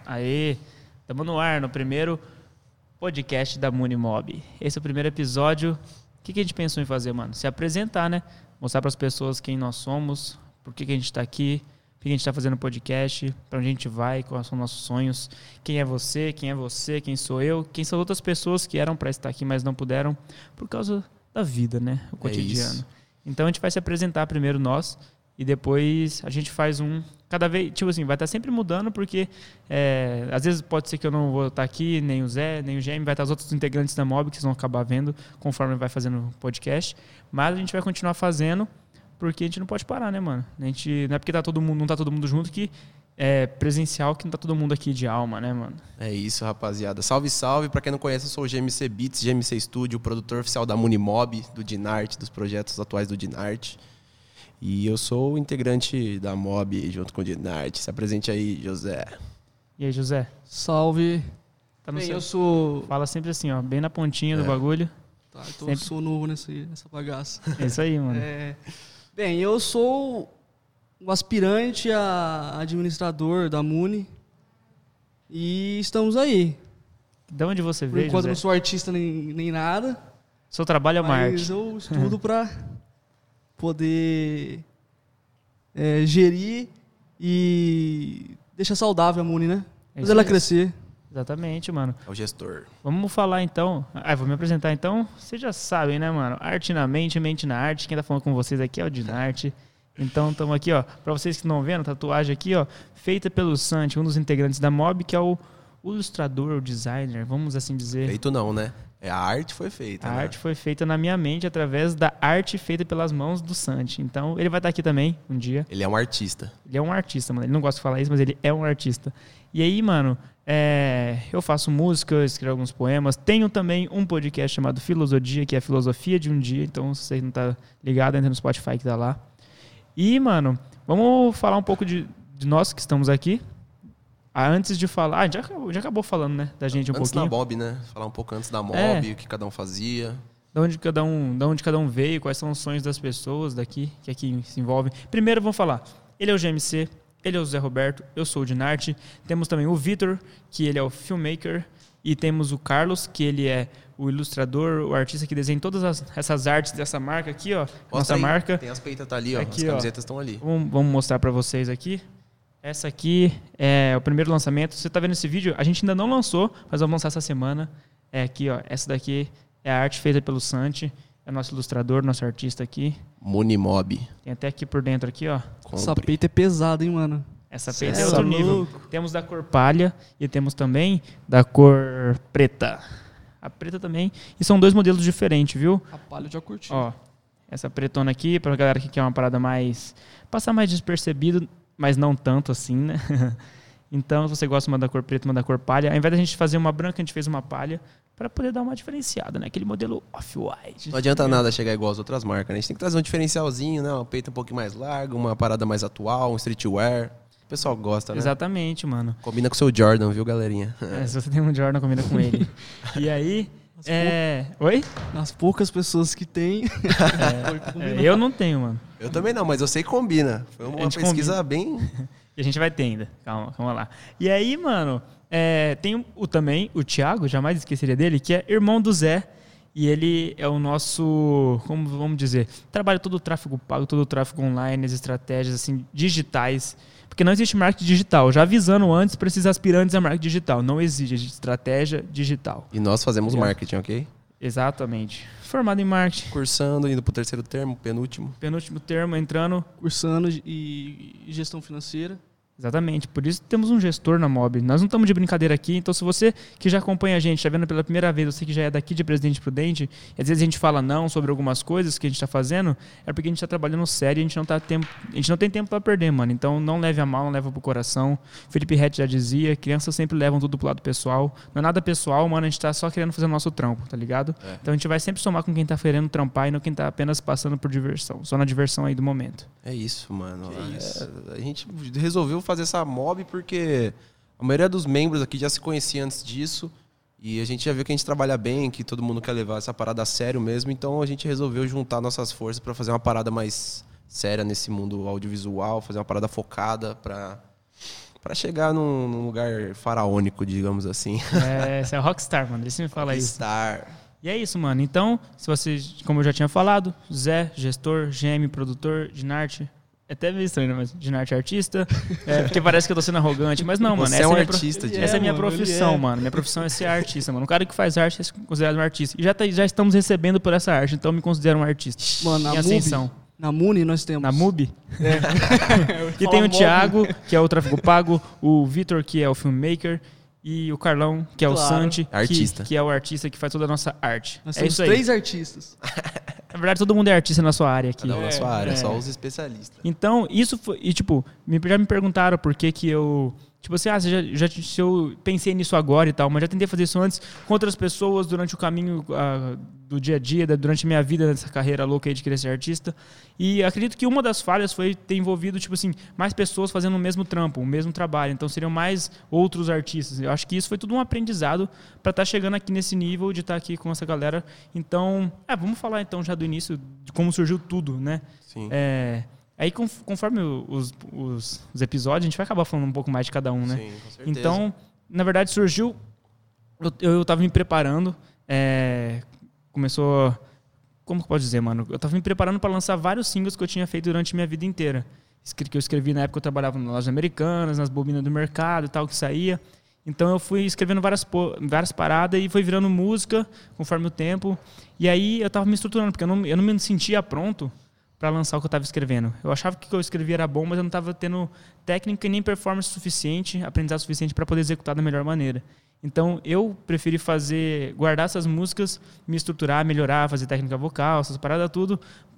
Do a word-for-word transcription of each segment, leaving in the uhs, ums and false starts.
Aê, estamos no ar, no primeiro podcast da Munimob. Esse é o primeiro episódio. O que, que a gente pensou em fazer, mano? Se apresentar, né? Mostrar para as pessoas quem nós somos, por que, que a gente está aqui, por que a gente está fazendo podcast, para onde a gente vai, quais são nossos sonhos, quem é você, quem é você, quem sou eu, quem são outras pessoas que eram para estar aqui, mas não puderam por causa da vida, né? O cotidiano. É então a gente vai se apresentar primeiro nós e depois a gente faz um... Cada vez, tipo assim, vai estar sempre mudando porque é, às vezes pode ser que eu não vou estar aqui, nem o Zé, nem o Gêmeo, vai estar os outros integrantes da Mob que vocês vão acabar vendo conforme vai fazendo o podcast. Mas a gente vai continuar fazendo porque a gente não pode parar, né, mano? A gente, não é porque tá todo mundo, não tá todo mundo junto que é presencial que não tá todo mundo aqui de alma, né, mano? É isso, rapaziada. Salve, salve. Pra quem não conhece, eu sou o G M C Beats, G M C Studio, produtor oficial da Munimob, do Dinarte, dos projetos atuais do Dinarte. E eu sou o integrante da Mob junto com o Dinarte. Se apresente aí, José. E aí, José? Salve. Tá no Bem, seu... eu sou... Fala sempre assim, ó, bem na pontinha É. do bagulho. Tá, então sempre... eu sou novo nessa, nessa bagaça. É isso aí, mano. É... Bem, eu sou o aspirante a administrador da Muni. E estamos aí. De onde você Por veio, enquanto José? não sou artista nem, nem nada. Seu trabalho é uma Mas arte. eu estudo pra poder é, gerir e deixar saudável a Muni, né? É Fazer isso ela aí. crescer. Exatamente, mano. É o gestor. Vamos falar então. Ah, vou me apresentar então. Vocês já sabem, né, mano? Arte na mente, mente na arte. Quem tá falando com vocês aqui é o Dinarte. Então estamos aqui, ó. Pra vocês que não vendo, tatuagem aqui, ó, feita pelo Santi, um dos integrantes da Mob, que é o ilustrador, o designer, vamos assim dizer. Feito não, né? É, a arte foi feita. A né? arte foi feita na minha mente através da arte feita pelas mãos do Santi. Então ele vai estar aqui também um dia. Ele é um artista. Ele é um artista, mano. Ele não gosta de falar isso, mas ele é um artista. E aí, mano, é... eu faço música, eu escrevo alguns poemas. Tenho também um podcast chamado Filosofia, que é a filosofia de um dia. Então, se você não tá ligado, entra no Spotify que tá lá. E, mano, vamos falar um pouco de, de nós que estamos aqui. Ah, antes de falar... Ah, já, já acabou falando, né? Da gente um antes pouquinho. da Mob, né? Falar um pouco antes da Mob, É. o que cada um fazia. Da onde, cada um, da onde cada um veio, quais são os sonhos das pessoas daqui, que aqui se envolvem. Primeiro, vamos falar. Ele é o G M C, ele é o Zé Roberto, eu sou o Dinarte. Temos também o Vitor, que ele é o filmmaker. E temos o Carlos, que ele é o ilustrador, o artista que desenha todas as, essas artes dessa marca aqui, ó. Mostra Nossa aí. marca. Tem as peitas tá ali, ó. Aqui, as ó. camisetas estão ali. Vamos, vamos mostrar pra vocês aqui. Essa aqui é o primeiro lançamento. Você tá vendo esse vídeo? A gente ainda não lançou, mas vamos lançar essa semana. É aqui, ó. Essa daqui é a arte feita pelo Santi. É nosso ilustrador, nosso artista aqui. Munimob. Tem até aqui por dentro, aqui, ó. Essa Compre. peita é pesada, hein, mano? Essa Cê peita é é outro louco. nível. Temos da cor palha e temos também da cor preta. A preta também. E são dois modelos diferentes, viu? A palha eu já curti. Ó, essa pretona aqui, pra galera que quer uma parada mais... Passar mais despercebido, mas não tanto assim, né? Então, se você gosta de uma da cor preta, uma da cor palha, ao invés da gente fazer uma branca, a gente fez uma palha para poder dar uma diferenciada, né? Aquele modelo off-white. Não adianta nada chegar igual as outras marcas, né? A gente tem que trazer um diferencialzinho, né? Uma peita um pouquinho mais larga, uma parada mais atual, um streetwear. O pessoal gosta, né? Exatamente, mano. Combina com o seu Jordan, viu, galerinha? É, se você tem um Jordan, combina com ele. E aí... É... Oi? Nas poucas pessoas que tem. É, eu não tenho, mano. Eu também não, mas eu sei que combina. Foi A uma gente pesquisa bem... E a gente vai ter ainda. Calma, calma lá. E aí, mano, é, tem o, o também, o Thiago, jamais esqueceria dele, que é irmão do Zé. E ele é o nosso, como vamos dizer, trabalha todo o tráfego pago, todo o tráfego online, as estratégias assim, digitais. Porque não existe marketing digital. Já avisando antes para esses aspirantes a marketing digital. Não existe estratégia digital. E nós fazemos É. marketing, ok? Exatamente. Formado em marketing. Cursando, indo pro terceiro termo, penúltimo. Penúltimo termo, entrando... Cursando e e gestão financeira. Exatamente, por isso temos um gestor na Mob. Nós não estamos de brincadeira aqui, então se você que já acompanha a gente, está vendo pela primeira vez, você que já é daqui de Presidente Prudente, e às vezes a gente fala não sobre algumas coisas que a gente está fazendo, é porque a gente está trabalhando sério e a gente não, tá tempo, a gente não tem tempo para perder, mano. Então não leve a mal, não leva pro coração. Felipe Rett já dizia, crianças sempre levam tudo pro lado pessoal. Não é nada pessoal, mano, a gente tá só querendo fazer o nosso trampo, tá ligado? É. Então a gente vai sempre somar com quem tá querendo trampar e não quem tá apenas passando por diversão, só na diversão aí do momento. É isso, mano. Que É, isso. A gente resolveu fazer essa mob porque a maioria dos membros aqui já se conhecia antes disso e a gente já viu que a gente trabalha bem, que todo mundo quer levar essa parada a sério mesmo, então a gente resolveu juntar nossas forças para fazer uma parada mais séria nesse mundo audiovisual, fazer uma parada focada para pra chegar num, num lugar faraônico, digamos assim. É, você é rockstar, mano. Ele sempre fala isso. Rockstar. E é isso, mano. Então, se você, como eu já tinha falado, Zé, gestor, G M, produtor, Dinarte. É até meio estranho, né? Mas Dinarte é artista. É, porque parece que eu tô sendo arrogante. Mas não, mano. Você essa é um é minha pro- artista, Dinarte. Essa é a minha É, mano, profissão, ele é. mano. Minha profissão é ser artista, mano. Um cara que faz arte é considerado um artista. E já, tá, já estamos recebendo por essa arte, então eu me considero um artista. Mano, na em MUBI, ascensão. na Muni nós temos... Na MUBI? É. E tem o Thiago, que é o tráfego pago, o Vitor, que é o filmmaker, e o Carlão, que é o Claro. Santi, que, Artista. que é o artista que faz toda a nossa arte. Nós é temos isso aí. três artistas. Na verdade, todo mundo é artista na sua área aqui. Cada um na sua área, é. só os especialistas. Então, isso foi. E, tipo, me, já me perguntaram por que que eu. Tipo assim, ah, você já, já, se eu pensei nisso agora e tal, mas já tentei fazer isso antes com outras pessoas durante o caminho ah, do dia a dia, da- durante a minha vida nessa carreira louca aí de querer ser artista. E acredito que uma das falhas foi ter envolvido, tipo assim, mais pessoas fazendo o mesmo trampo, o mesmo trabalho. Então seriam mais outros artistas. Eu acho que isso foi tudo um aprendizado para estar chegando aqui nesse nível, de estar aqui com essa galera. Então, é, vamos falar então já do início de como surgiu tudo, né? Sim. É, aí, conf- conforme os, os, os episódios, a gente vai acabar falando um pouco mais de cada um, né? Sim, com certeza. Então, na verdade, surgiu... Eu, eu tava me preparando, é, começou... Como que eu posso dizer, mano? Eu tava me preparando para lançar vários singles que eu tinha feito durante a minha vida inteira. Escre- Que eu escrevi na época que eu trabalhava nas lojas americanas, nas bobinas do mercado e tal, que saía. Então eu fui escrevendo várias, po- várias paradas e foi virando música conforme o tempo. E aí eu tava me estruturando, porque eu não, eu não me sentia pronto para lançar o que eu estava escrevendo. Eu achava que o que eu escrevia era bom, mas eu não estava tendo técnica e nem performance suficiente, aprendizado suficiente para poder executar da melhor maneira. Então eu preferi fazer, guardar essas músicas, me estruturar, melhorar, fazer técnica vocal, essas paradas tudo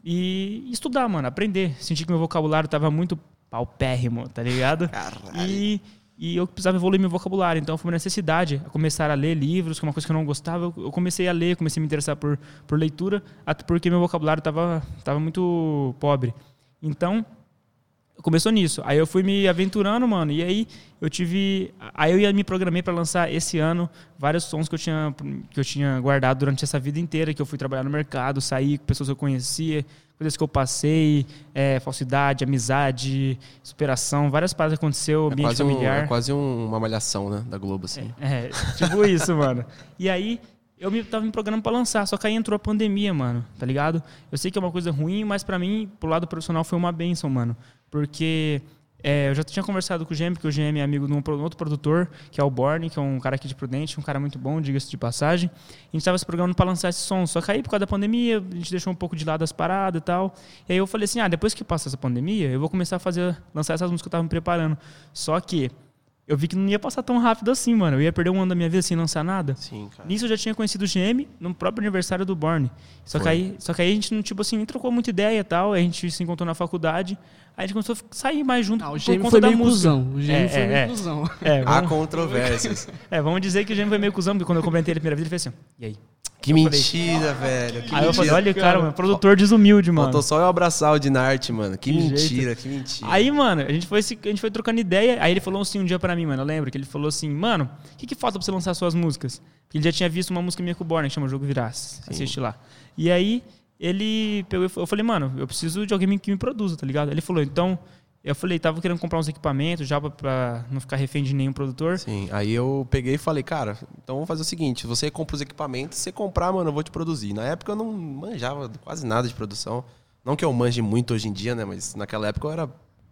e estudar, mano, aprender. Senti que meu vocabulário estava muito paupérrimo, tá ligado? Caralho. E E eu precisava evoluir meu vocabulário. Então foi uma necessidade a começar a ler livros, que é uma coisa que eu não gostava. Eu comecei a ler, comecei a me interessar por, por leitura, até porque meu vocabulário estava tava muito pobre. Então, começou nisso. Aí eu fui me aventurando, mano. E aí eu tive... Aí eu ia me programei para lançar esse ano vários sons que eu, tinha, que eu tinha guardado durante essa vida inteira, que eu fui trabalhar no mercado, sair com pessoas que eu conhecia, coisas que eu passei, é, falsidade, amizade, superação, várias paradas que aconteceu, É ambiente quase, um, familiar. é quase um- uma malhação, né? Da Globo, assim. É, tipo isso, mano. E aí, eu me, tava me programando pra lançar, só que aí entrou a pandemia, mano, tá ligado? Eu sei que é uma coisa ruim, mas pra mim, pro lado profissional, foi uma bênção, mano. Porque é, eu já tinha conversado com o G M, porque o G M é amigo de um pro- outro produtor, que é o Borne, que é um cara aqui de Prudente, um cara muito bom, diga-se de passagem. A gente tava se programando pra lançar esse som, só que aí, por causa da pandemia, a gente deixou um pouco de lado as paradas e tal. E aí eu falei assim, ah, depois que passa essa pandemia, eu vou começar a fazer, lançar essas músicas que eu tava me preparando. Só que eu vi que não ia passar tão rápido assim, mano. Eu ia perder um ano da minha vida sem lançar nada. Sim, cara. Nisso eu já tinha conhecido o G M no próprio aniversário do Borne. Só que, Foi. aí, só que aí a gente não, tipo assim, nem trocou muita ideia e tal. A gente se encontrou na faculdade. Aí a gente começou a sair mais junto Ah, o por G M conta foi da meio música. cuzão. O G M É, foi é, meio é. cuzão. É, Há vamos, controvérsias. é, vamos dizer que o G M foi meio cuzão, porque quando eu comentei ele a primeira vez, ele fez assim, ó, e aí? Que mentira, velho. Que Aí eu falei, mentira. olha, cara, mano, produtor desumilde, mano. Faltou só eu abraçar o Dinarte, mano. Que Que mentira, que mentira. Aí, mano, a gente, foi, se- a gente foi trocando ideia. Aí ele falou assim um dia pra mim, mano. Eu lembro que ele falou assim, mano, o que, que falta pra você lançar suas músicas? Porque ele já tinha visto uma música minha com o Borne, que chama Jogo Virás. Assiste lá. E aí, ele pegou e falou, eu falei, mano, eu preciso de alguém que me produza, tá ligado? Ele falou, então, eu falei, tava querendo comprar uns equipamentos já pra, pra não ficar refém de nenhum produtor. Sim, aí eu peguei e falei, cara, então vamos fazer o seguinte, você compra os equipamentos, se você comprar, mano, eu vou te produzir. Na época eu não manjava quase nada de produção. Não que eu manje muito hoje em dia, né, mas naquela época eu era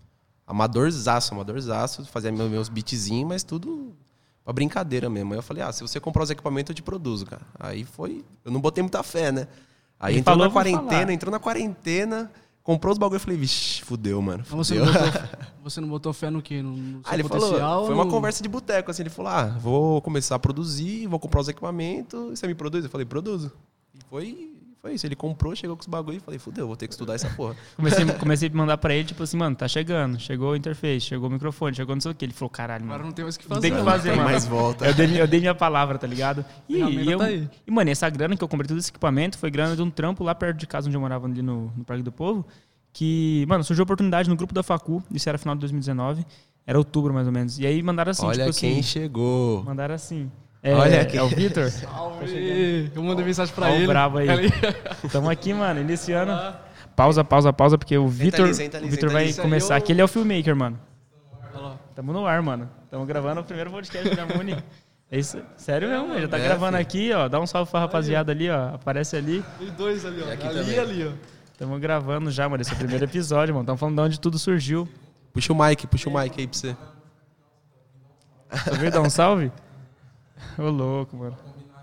amadorzaço, amadorzaço, fazia meus, meus beatzinhos, mas tudo pra brincadeira mesmo. Aí eu falei, ah, se você comprar os equipamentos, eu te produzo, cara. Aí foi, eu não botei muita fé, né. Aí Ele entrou falou, na eu vou quarentena, falar. entrou na quarentena, comprou os bagulho e falei, vixi, fudeu, mano, Mas você fudeu. não, botou, você não botou fé no quê? No, no seu Aí ele potencial? falou, foi uma no- conversa de boteco, assim, ele falou, ah, vou começar a produzir, vou comprar os equipamentos, você me produz? Eu falei, produzo. E foi, foi isso, ele comprou, chegou com os bagulho e falei, fudeu, vou ter que estudar essa porra. Comecei, comecei a mandar pra ele, tipo assim, mano, tá chegando. Chegou o interface, chegou o microfone, chegou não sei o que. Ele falou, caralho, Agora mano. não tem mais o que Não fazer. tem que né? fazer, Tem mano. mais volta. Eu dei, eu dei minha palavra, tá ligado? E, Ferramenta e eu, tá aí. e, mano, essa grana que eu comprei todo esse equipamento foi grana de um trampo lá perto de casa, onde eu morava ali no, no Parque do Povo. Que, mano, surgiu a oportunidade no grupo da Facu, isso era final de dois mil e dezenove, era outubro mais ou menos. E aí mandaram assim, Olha tipo quem assim. chegou. Mandaram assim. É, Olha é quem- o Vitor? Salve! Eu mandei mensagem pra Ó o ele. brabo aí. Ali. Estamos aqui, mano, iniciando. Pausa, pausa, pausa, porque o Vitor ali, senta ali, o Vitor senta vai ali. Isso aí começar. eu- Aqui ele é o filmmaker, mano. Olha lá. Tá Tamo no ar, mano. Tamo gravando o primeiro podcast da Muni. É isso. Sério mesmo, já tá É, gravando filho. aqui, ó. Dá um salve pra rapaziada ali, ó. Aparece ali. E dois ali, ó. E aqui ali também. e ali, ó. Tamo gravando já, mano. Esse é o primeiro episódio, mano. Tamo falando de onde tudo surgiu. Puxa o mic, puxa o mic aí pra você. Você veio dar um salve? Ô, louco, mano.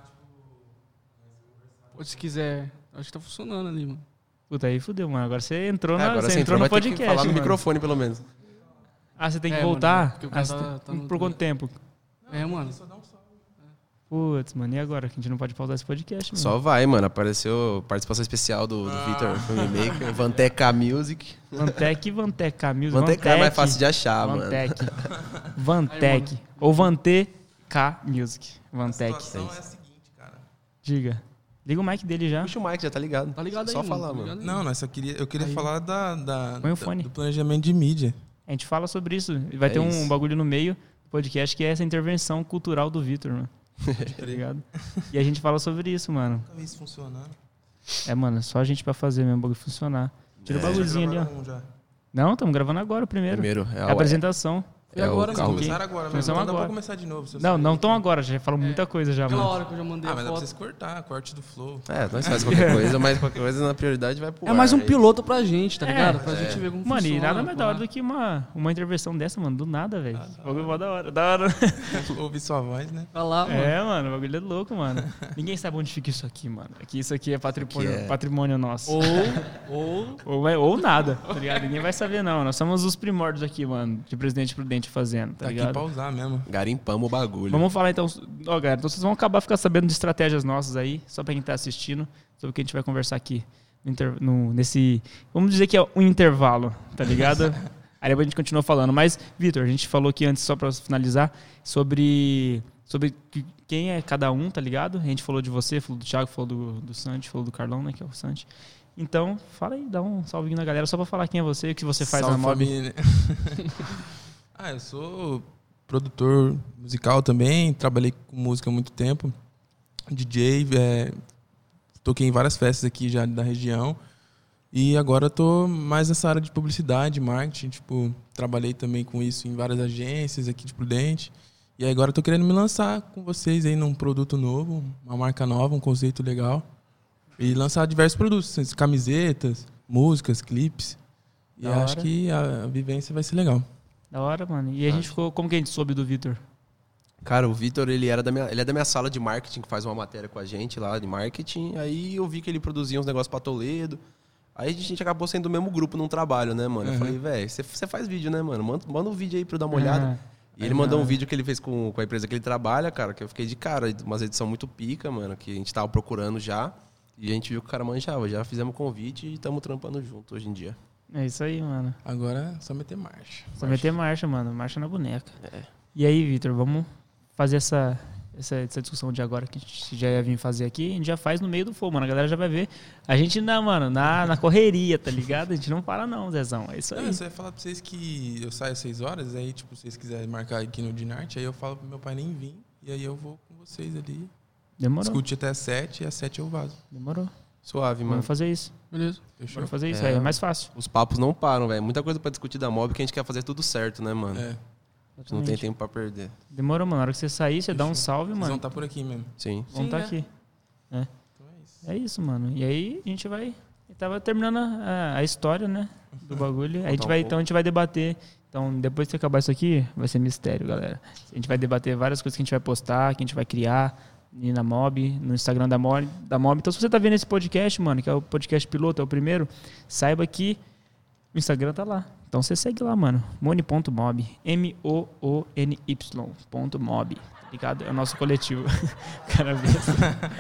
Pô, se quiser. Acho que tá funcionando ali, mano. Puta, aí fudeu, mano. Agora você entrou, É, na, agora você você entrou entrou, no vai ter que podcast, falar no mano. microfone pelo menos. Ah, você tem que É, mano, voltar? porque o Ah, cara você tá- tem- tá no- Por quanto tempo? É, mano. Putz, mano, e agora? Que a gente não pode pausar esse podcast, mano. Só vai, mano. Apareceu participação especial do, do Vitor Filmmaker, Vanteca Music. Vantec e Vanteca Music. Vanteca é mais fácil de achar, mano. Vantec. Vantec. Ou Vanteca Music. Vantec. A situação é a seguinte, cara. Diga. Liga o mic dele já. Puxa o mic, já tá ligado. Tá ligado aí, Só mano, falar, tá mano. ligado aí. Não, não, só queria, eu queria falar da, da, Põe o da- fone. do planejamento de mídia. A gente fala sobre isso. E vai É ter um isso. bagulho no meio do podcast que é essa intervenção cultural do Vitor, mano. Tá ligado? E a gente fala sobre isso, mano. Nunca vi isso funcionando. É, mano, só a gente pra fazer mesmo o bagulho funcionar. Tira o É. bagulhozinho ali, ó. Um já. Não, estamos gravando agora o primeiro. Primeiro, é É a a apresentação. E agora, o Vocês carro. Ok. começaram agora, mas Começamos não dá agora. pra começar de novo. se eu Não, sei. não tão agora, já falou muita coisa já, Aquela mano. hora que eu já mandei Ah, a mas dá pra foto. vocês cortar, corte do flow. É, nós faz qualquer coisa, mas qualquer coisa na prioridade vai pro É mais um ar, aí. piloto pra gente, tá É, ligado? Pra gente ver como Mano, funciona. e nada mais da pá. hora do que uma, uma intervenção dessa, mano, do nada, velho. O bagulho mó da hora. Da hora. Ouvir sua voz, né? Vai lá, mano. É, mano, o bagulho é louco, mano. Ninguém sabe onde fica isso aqui, mano. Aqui, isso aqui é patrimônio, Aqui é- patrimônio nosso. Ou, ou... Ou, vai- ou nada, tá ligado? Ninguém vai saber, não. Nós somos os primórdios aqui, mano, de Presidente Prudente fazendo, tá Tá aqui ligado? pra usar mesmo. Garimpamos o bagulho. Vamos falar então, ó, galera, então vocês vão acabar ficando sabendo de estratégias nossas aí, só pra quem tá assistindo, sobre o que a gente vai conversar aqui no inter- no- nesse, vamos dizer que é um intervalo, tá ligado? Aí depois a gente continua falando, mas Vitor, a gente falou aqui antes, só pra finalizar, sobre, sobre que- quem é cada um, tá ligado? A gente falou de você, falou do Thiago, falou do, do Santi, falou do Carlão, né, que é o Santi. Então, fala aí, dá um salve na galera, só pra falar quem é você, o que você faz Salve, na Mob. família. Ah, eu sou produtor musical também, trabalhei com música há muito tempo. D J, é, toquei em várias festas aqui já da região. E agora eu tô mais nessa área de publicidade, marketing. Tipo, trabalhei também com isso em várias agências aqui de Prudente. E aí agora eu tô querendo me lançar com vocês aí num produto novo, uma marca nova, um conceito legal. E lançar diversos produtos, camisetas, músicas, clipes. E Da eu acho hora. que a, a vivência vai ser legal. Da hora, mano. E a gente ficou, como que a gente soube do Vitor? Cara, o Vitor, ele, era da minha, ele é da minha sala de marketing, que faz uma matéria com a gente lá de marketing. Aí eu vi que ele produzia uns negócios pra Toledo. Aí a gente acabou sendo do mesmo grupo num trabalho, né, mano? Eu Uhum. falei, velho, você faz vídeo, né, mano? Manda, manda um vídeo aí pra eu dar uma olhada. Ah, E ele mandou um vídeo que ele fez com, com a empresa que ele trabalha, cara, que eu fiquei de cara. Umas edição muito pica, mano, que a gente tava procurando já. E a gente viu que o cara manjava. Já fizemos convite e estamos trampando junto hoje em dia. É isso aí, mano. Agora é só meter marcha. Só meter marcha, mano. Marcha na boneca. É. E aí, Vitor, vamos fazer essa, essa, essa discussão de agora que a gente já ia vir fazer aqui. A gente já faz no meio do fogo, mano. A galera já vai ver. A gente, não, mano, na, na correria, tá ligado? A gente não para não, Zezão. É isso Não, aí. eu só ia falar pra vocês que eu saio às seis horas, aí, tipo, se vocês quiserem marcar aqui no Dinarte, aí eu falo pro meu pai nem vir, e aí eu vou com vocês ali. Demorou. Discute até às sete, e às sete eu vazo. Demorou. Suave, mano. Vamos fazer isso. Beleza. Fechou? Bora fazer isso É. aí. É mais fácil. Os papos não param, velho. Muita coisa pra discutir da mob que a gente quer fazer tudo certo, né, mano? É. A gente não tem tempo pra perder. Demorou, mano. Na hora que você sair, você dá um Fechou. salve, Vocês vão mano. estar por aqui mesmo. Sim. Vamos estar Sim, aqui. Então é isso. É isso, mano. E aí a gente vai. Eu tava terminando a, a história, né? Do bagulho. Aí a gente Contar um vai, pouco. então a gente vai debater. Então, depois que acabar isso aqui, vai ser mistério, galera. A gente vai debater várias coisas que a gente vai postar, que a gente vai criar e na Mob, no Instagram da Mob, da Mob. Então, se você tá vendo esse podcast, mano, que é o podcast piloto, é o primeiro, saiba que o Instagram tá lá. Então você segue lá, mano. Moni ponto mob. M O O N Y ponto mob. Tá ligado? É o nosso coletivo. Cara, besta.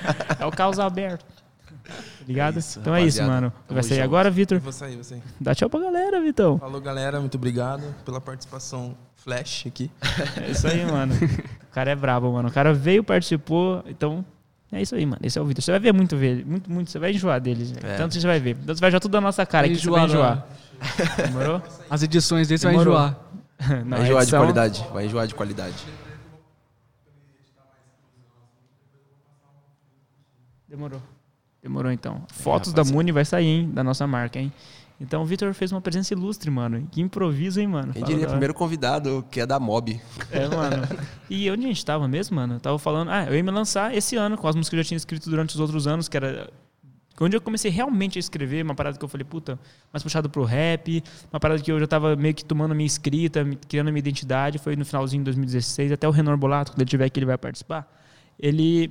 É o caos aberto. Tá ligado? Isso, então é isso, rapaziada. mano. Tamo Vai sair junto. agora, Vitor? Vou sair, vou sair. Dá tchau pra galera, Vitão. Falou, galera. Muito obrigado pela participação flash aqui. É isso aí, mano. O cara é brabo, mano. O cara veio, participou. Então, é isso aí, mano. Esse é o Vitor. Você vai ver muito ver. Muito, muito. Você vai enjoar deles. É. Tanto você vai ver. Então você vai enjoar tudo da nossa cara. Vai Aqui você vai enjoar, enjoar. Demorou? As edições desse vai Demorou. enjoar. Não, Vai a enjoar de edição- qualidade. Vai enjoar de qualidade. Demorou. Demorou, então. Fotos da Muni vai sair, hein? Da nossa marca, hein? Então o Vitor fez uma presença ilustre, mano. Que improviso, hein, mano? Quem Fala diria, da- primeiro convidado, que é da Mob. É, mano. E onde a gente tava mesmo, mano? Eu tava falando... Ah, eu ia me lançar esse ano com as músicas que eu já tinha escrito durante os outros anos, que era... Onde eu comecei realmente a escrever, uma parada que eu falei, puta, mais puxado pro rap, uma parada que eu já tava meio que tomando a minha escrita, me- criando a minha identidade, foi no finalzinho de dois mil e dezesseis, até o Renan Bolato, quando ele tiver aqui, ele vai participar. Ele...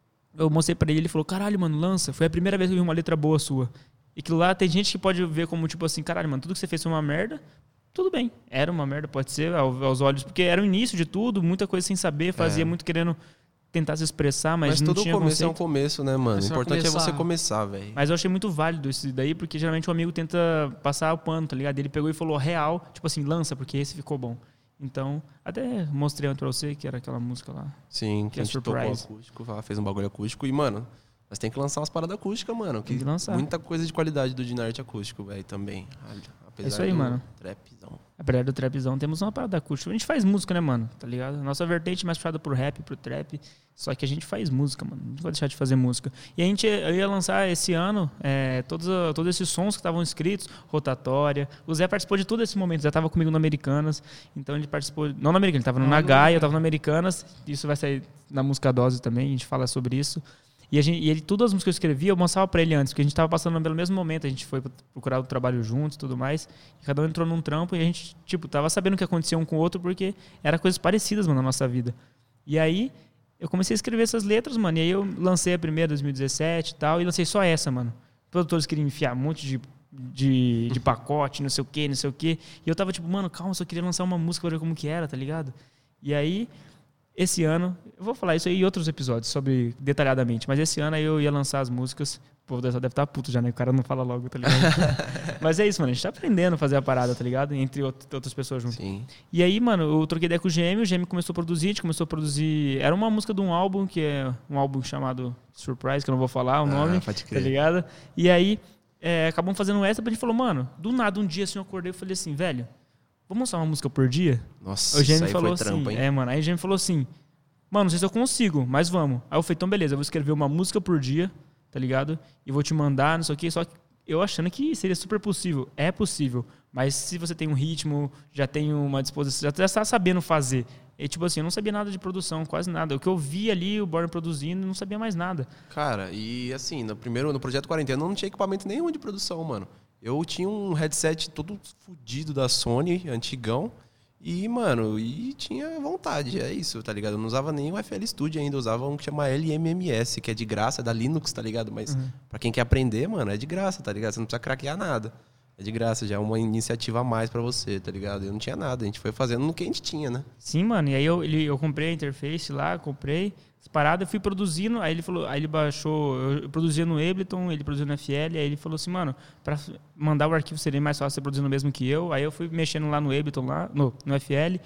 Eu mostrei pra ele, ele falou, caralho, mano, lança. Foi a primeira vez que eu vi uma letra boa sua. E aquilo lá, tem gente que pode ver como, tipo assim, caralho, mano, tudo que você fez foi uma merda, tudo bem. Era uma merda, pode ser, ao- aos olhos, porque era o início de tudo, muita coisa sem saber, fazia É. muito querendo tentar se expressar, mas, Mas, não todo tinha começo é um conceito. começo, né, mano? É O só importante é começar. você começar, velho. Mas eu achei muito válido isso daí, porque geralmente o amigo tenta passar o pano, tá ligado? Ele pegou e falou real, tipo assim, lança, porque esse ficou bom. Então, até mostrei pra você que era aquela música lá. Sim, Que que é a gente tocou surprise. acústico, lá, fez um bagulho acústico. E, mano, nós tem que lançar umas paradas acústicas, mano. Tem que lançar. Muita coisa de qualidade do Dinarte acústico, velho, também. Apesar É isso aí, do mano. Trapzão. Apesar do trapzão, temos uma parada acústica. A gente faz música, né, mano? Tá ligado? Nossa vertente é mais puxada pro rap, pro trap. Só que a gente faz música, mano. Não vai deixar de fazer música. E a gente eu ia lançar esse ano é, todos, a- todos esses sons que estavam escritos, rotatória. O Zé participou de todo esse momento. O Zé tava comigo no Americanas. Então ele participou. Não no Americanas, ele tava no Não, Nagai, no- eu tava no Americanas. Isso vai sair na música Dose também. A gente fala sobre isso. E, a gente, e ele, todas as músicas que eu escrevia, eu mostrava pra ele antes, porque a gente tava passando pelo mesmo momento, a gente foi procurar o trabalho juntos e tudo mais, e cada um entrou num trampo e a gente, tipo, tava sabendo o que acontecia um com o outro, porque eram coisas parecidas, mano, na nossa vida. E aí, eu comecei a escrever essas letras, mano, e aí eu lancei a primeira, dois mil e dezessete e tal, e lancei só essa, mano. Os produtores queriam enfiar um monte de, de, de pacote, não sei o que, não sei o que, e eu tava tipo, mano, calma, eu só queria lançar uma música pra ver como que era, tá ligado? E aí... Esse ano, eu vou falar isso aí em outros episódios, sobre detalhadamente, mas esse ano aí eu ia lançar as músicas. O povo deve estar puto já, né? O cara não fala logo, tá ligado? Mas é isso, mano. A gente tá aprendendo a fazer a parada, tá ligado? Entre out- outras pessoas junto. Sim. E aí, mano, eu troquei ideia com o G M, o G M começou a produzir, a gente começou a produzir. Era uma música de um álbum, que é um álbum chamado Surprise, que eu não vou falar o nome, Ah, pode tá crer. ligado? E aí, é, acabamos fazendo um extra, a gente falou, mano, do nada, um dia assim eu acordei e falei assim, velho, vamos lançar uma música por dia? Nossa, O G M isso aí falou foi trampo, assim, hein? é, mano, aí o G M falou assim, mano, não sei se eu consigo, mas vamos. Aí eu falei, então beleza, eu vou escrever uma música por dia, tá ligado? E vou te mandar, não sei o quê, só que eu achando que seria super possível. É possível, mas se você tem um ritmo, já tem uma disposição, já está sabendo fazer. E tipo assim, eu não sabia nada de produção, quase nada. O que eu vi ali, o Born produzindo, não sabia mais nada. Cara, e assim, no primeiro, no Projeto Quarentena, eu não tinha equipamento nenhum de produção, mano. Eu tinha um headset todo fudido da Sony, antigão. E, mano, e tinha vontade, é isso, tá ligado? Eu não usava nem o F L Studio ainda, eu usava um que chama L M M S, que é de graça, é da Linux, tá ligado? Mas Uhum. pra quem quer aprender, mano, é de graça, tá ligado? Você não precisa craquear nada. É de graça, já é uma iniciativa a mais pra você, tá ligado? Eu não tinha nada, a gente foi fazendo no que a gente tinha, né? Sim, mano. E aí eu, ele, eu comprei a interface lá, comprei as paradas, eu fui produzindo. Aí ele falou, aí ele baixou, eu produzia no Ableton, ele produziu no F L. Aí ele falou assim, mano, pra mandar o arquivo seria mais fácil você produzindo mesmo que eu. Aí eu fui mexendo lá no Ableton, lá, no, no F L.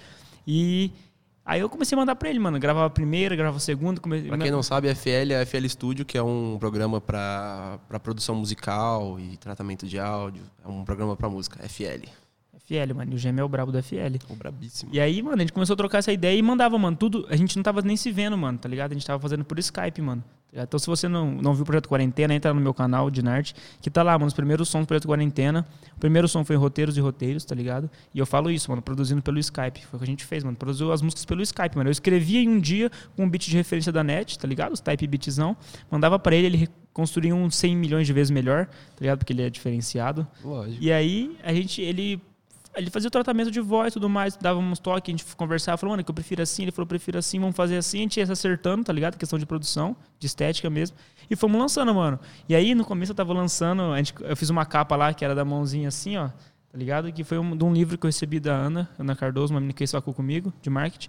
E aí eu comecei a mandar pra ele, mano. Gravava a primeira, gravava a segunda. Come... Pra quem não sabe, F L é F L Studio, que é um programa pra, pra produção musical e tratamento de áudio. É um programa pra música, F L. F L, mano. E o G M é o brabo do F L. O brabíssimo. E aí, mano, a gente começou a trocar essa ideia e mandava, mano, tudo. A gente não tava nem se vendo, mano, tá ligado? A gente tava fazendo por Skype, mano. Então, se você não, não viu o Projeto Quarentena, entra no meu canal de Nart, que tá lá, mano, os primeiros sons do Projeto Quarentena. O primeiro som foi Roteiros e Roteiros, tá ligado? E eu falo isso, mano, produzindo pelo Skype. Foi o que a gente fez, mano. Produziu as músicas pelo Skype, mano. Eu escrevia em um dia com um beat de referência da net, tá ligado? Os type beatzão. Mandava pra ele, ele construía um cem milhões de vezes melhor, tá ligado? Porque ele é diferenciado. Lógico. E aí, a gente, ele, ele fazia o tratamento de voz e tudo mais, dava uns toques, a gente conversava, falou, mano, que eu prefiro assim, ele falou, prefiro assim, vamos fazer assim, a gente ia se acertando, tá ligado? Questão de produção, de estética mesmo. E fomos lançando, mano. E aí, no começo eu tava lançando, a gente, eu fiz uma capa lá, que era da mãozinha assim, ó, tá ligado? Que foi um, de um livro que eu recebi da Ana, Ana Cardoso, uma menina que fez facu comigo, de marketing.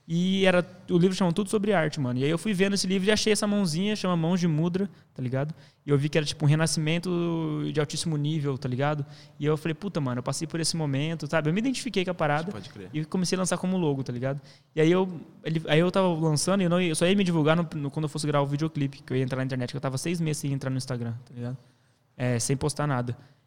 E era, o livro chama Tudo Sobre Arte, mano. E aí eu fui vendo esse livro e achei essa mãozinha, chama Mãos de Mudra, tá ligado? E eu vi que era tipo um renascimento de altíssimo nível, tá ligado? E eu falei, puta, mano, eu passei por esse momento, sabe? Eu me identifiquei com a parada. Pode crer. E comecei a lançar como logo, tá ligado? E aí eu, ele, aí eu tava lançando e eu, não ia, eu só ia me divulgar no, no, quando eu fosse gravar o videoclipe, que eu ia entrar na internet, que eu tava seis meses sem entrar no Instagram, tá ligado? É, sem postar nada.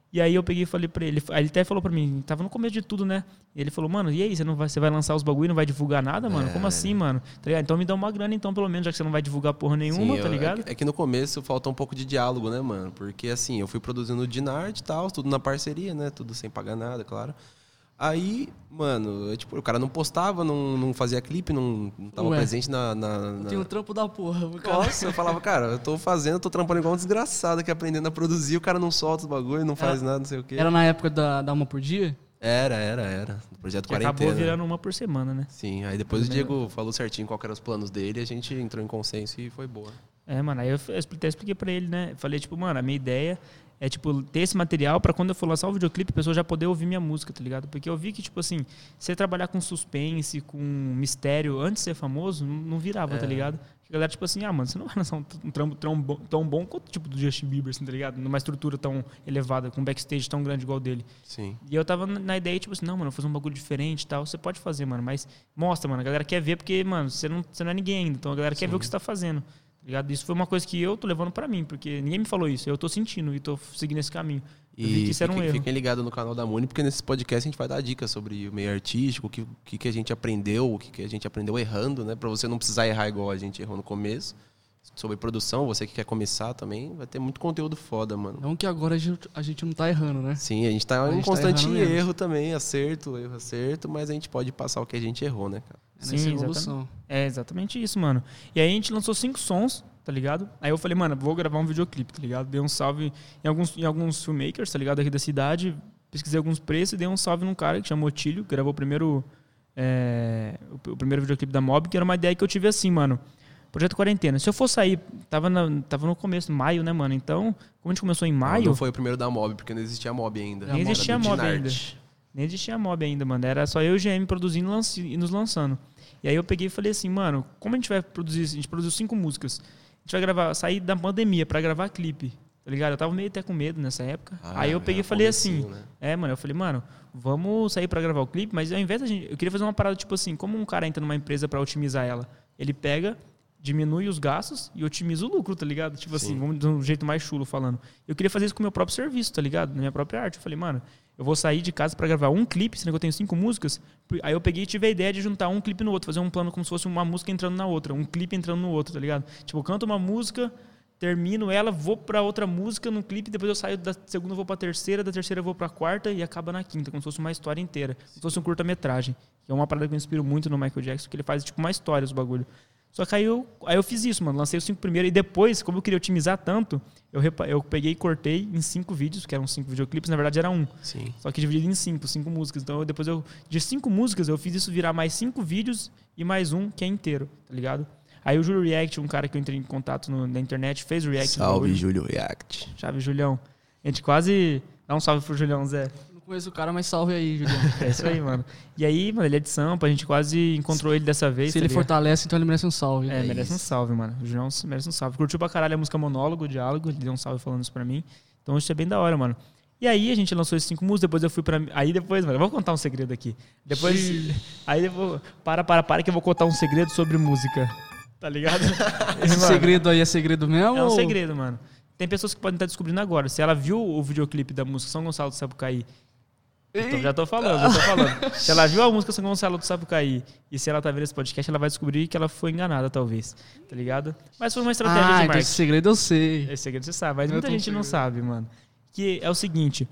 E aí eu peguei e falei pra ele, aí ele até falou pra mim, tava no começo de tudo, né? E ele falou, mano, e aí, você, não vai, você vai lançar os bagulho e não vai divulgar nada, mano? É. Como assim, mano? Tá ligado? Então me dá uma grana, então, pelo menos, já que você não vai divulgar porra nenhuma, Sim, tá eu- ligado? É, é que no começo falta um pouco de diálogo, né, mano? Porque assim, eu fui produzindo o Dinart e tal, tudo na parceria, né? Tudo sem pagar nada, claro. Aí, mano, é, tipo, o cara não postava, não, não fazia clipe, não, não tava Ué. presente na... na, na... Tem um trampo da porra. O cara... Nossa, eu falava, cara, eu tô fazendo, tô trampando igual um desgraçado aqui, aprendendo a produzir, o cara não solta os bagulho, não faz Era- nada, não sei o quê. Era na época da, da uma por dia? Era, era, era. Do projeto Que Quarentena. acabou virando uma por semana, né? Sim, aí depois o Diego falou certinho qual que eram os planos dele, a gente entrou em consenso e foi boa. É, mano, aí eu f- eu expliquei, expliquei pra ele, né? Falei, tipo, mano, a minha ideia é, tipo, ter esse material pra quando eu for lançar o videoclipe, a pessoa já poder ouvir minha música, tá ligado? Porque eu vi que, tipo assim, você trabalhar com suspense, com mistério, antes de ser famoso, não, não virava, É. tá ligado? A galera, tipo assim, ah, mano, você não vai lançar um, um trampo tão, bom- tão bom quanto, tipo, do Justin Bieber, assim, tá ligado? Numa estrutura tão elevada, com um backstage tão grande igual o dele. Sim. E eu tava na ideia, tipo assim, não, mano, eu vou fazer um bagulho diferente e tal. Você pode fazer, mano, mas mostra, mano. A galera quer ver porque, mano, você não, você não é ninguém ainda. Então a galera quer ver o que você tá fazendo. Tá ligado? Isso foi uma coisa que eu tô levando pra mim, porque ninguém me falou isso. Eu tô sentindo e tô seguindo esse caminho. Eu vi que E isso era um fiquem, erro. fiquem ligados no canal da Muni, porque nesse podcast a gente vai dar dicas sobre o meio artístico, o que, o que, que a gente aprendeu, o que, que a gente aprendeu errando, né? Pra você não precisar errar igual a gente errou no começo. Sobre produção, você que quer começar também, vai ter muito conteúdo foda, mano. Não que agora a gente, a gente não tá errando, né? Sim, a gente tá A em gente tá constante errando menos. erro também, acerto, erro, acerto, mas a gente pode passar o que a gente errou, né, cara? É nessa Sim, evolução. É exatamente isso, mano. E aí a gente lançou cinco sons, tá ligado? Aí eu falei, mano, vou gravar um videoclipe, tá ligado? Dei um salve em alguns, em alguns filmmakers, tá ligado? Aqui da cidade. Pesquisei alguns preços e dei um salve num cara que chamou Tílio, que gravou o primeiro, é, o, o primeiro videoclipe da Mob, que era uma ideia que eu tive assim, mano. Projeto Quarentena. Se eu for sair, tava, na, tava no começo, maio, né, mano? Então, como a gente começou em maio, Não foi o primeiro da Mob, porque não existia Mob ainda. Nem Era existia do Mob Dinart. ainda. nem existia Mob ainda, mano. Era só eu e o G M produzindo e lanci- e nos lançando. E aí eu peguei e falei assim, mano, como a gente vai produzir? A gente produziu cinco músicas. A gente vai gravar, sair da pandemia pra gravar clipe. Tá ligado? Eu tava meio até com medo nessa época. Ah, aí eu peguei e era falei comecinho, assim, né? é, mano, eu falei, mano, vamos sair pra gravar o clipe, mas ao invés da gente, eu queria fazer uma parada tipo assim, como um cara entra numa empresa pra otimizar ela, ele pega, diminui os gastos e otimiza o lucro, tá ligado? Tipo assim, Sim. vamos de um jeito mais chulo falando. Eu queria fazer isso com o meu próprio serviço, tá ligado? Na minha própria arte. Eu falei, mano, eu vou sair de casa pra gravar um clipe, sendo que eu tenho cinco músicas. Aí eu peguei e tive a ideia de juntar um clipe no outro, fazer um plano como se fosse uma música entrando na outra, um clipe entrando no outro, tá ligado? Tipo, eu canto uma música, termino ela, vou pra outra música no clipe, depois eu saio da segunda, vou pra terceira, da terceira eu vou pra quarta e acaba na quinta, como se fosse uma história inteira. Como se fosse um curta-metragem. Que é uma parada que eu inspiro muito no Michael Jackson, que ele faz tipo uma história os bagulho. Só que aí eu, aí eu fiz isso, mano. Lancei os cinco primeiros e depois, como eu queria otimizar tanto, eu, repa- eu peguei e cortei em cinco vídeos, que eram cinco videoclipes, na verdade era um. Sim. Só que dividido em cinco, cinco músicas. Então eu, depois eu, de cinco músicas, eu fiz isso virar mais cinco vídeos e mais um que é inteiro, tá ligado? Aí o Júlio React, um cara que eu entrei em contato no- na internet, fez o react. do Salve, bagulho. Júlio React. Salve, Julião. A gente quase... Dá um salve pro Julião, Zé. Não conheço o cara, mas salve aí, Juliano. É isso aí, mano. E aí, mano, ele é de Sampa, a gente quase encontrou ele dessa vez. Se tá ele ligado? fortalece, então ele merece um salve. É, É merece um isso. salve, mano. O João merece um salve. Curtiu pra caralho a música Monólogo, o Diálogo. Ele deu um salve falando isso pra mim. Então isso é bem da hora, mano. E aí a gente lançou esses cinco músicas, depois eu fui pra... Aí depois, mano, eu vou contar um segredo aqui. Depois... aí eu vou... Para, para, para que eu vou contar um segredo sobre música. Tá ligado? Esse Mano, segredo aí é segredo mesmo? é um ou- segredo, mano. Tem pessoas que podem estar descobrindo agora. Se ela viu o videoclipe da música São Gonçalo do Sapucaí... Então, já tô falando, já tô falando. Se ela viu a música São Gonçalo do Sapucaí e se ela tá vendo esse podcast, ela vai descobrir que ela foi enganada, talvez. Tá ligado? Mas foi uma estratégia Ah, de então marketing. esse segredo eu sei. Esse segredo você sabe, mas Eu muita tô gente não segredo. sabe, mano. Que é o seguinte.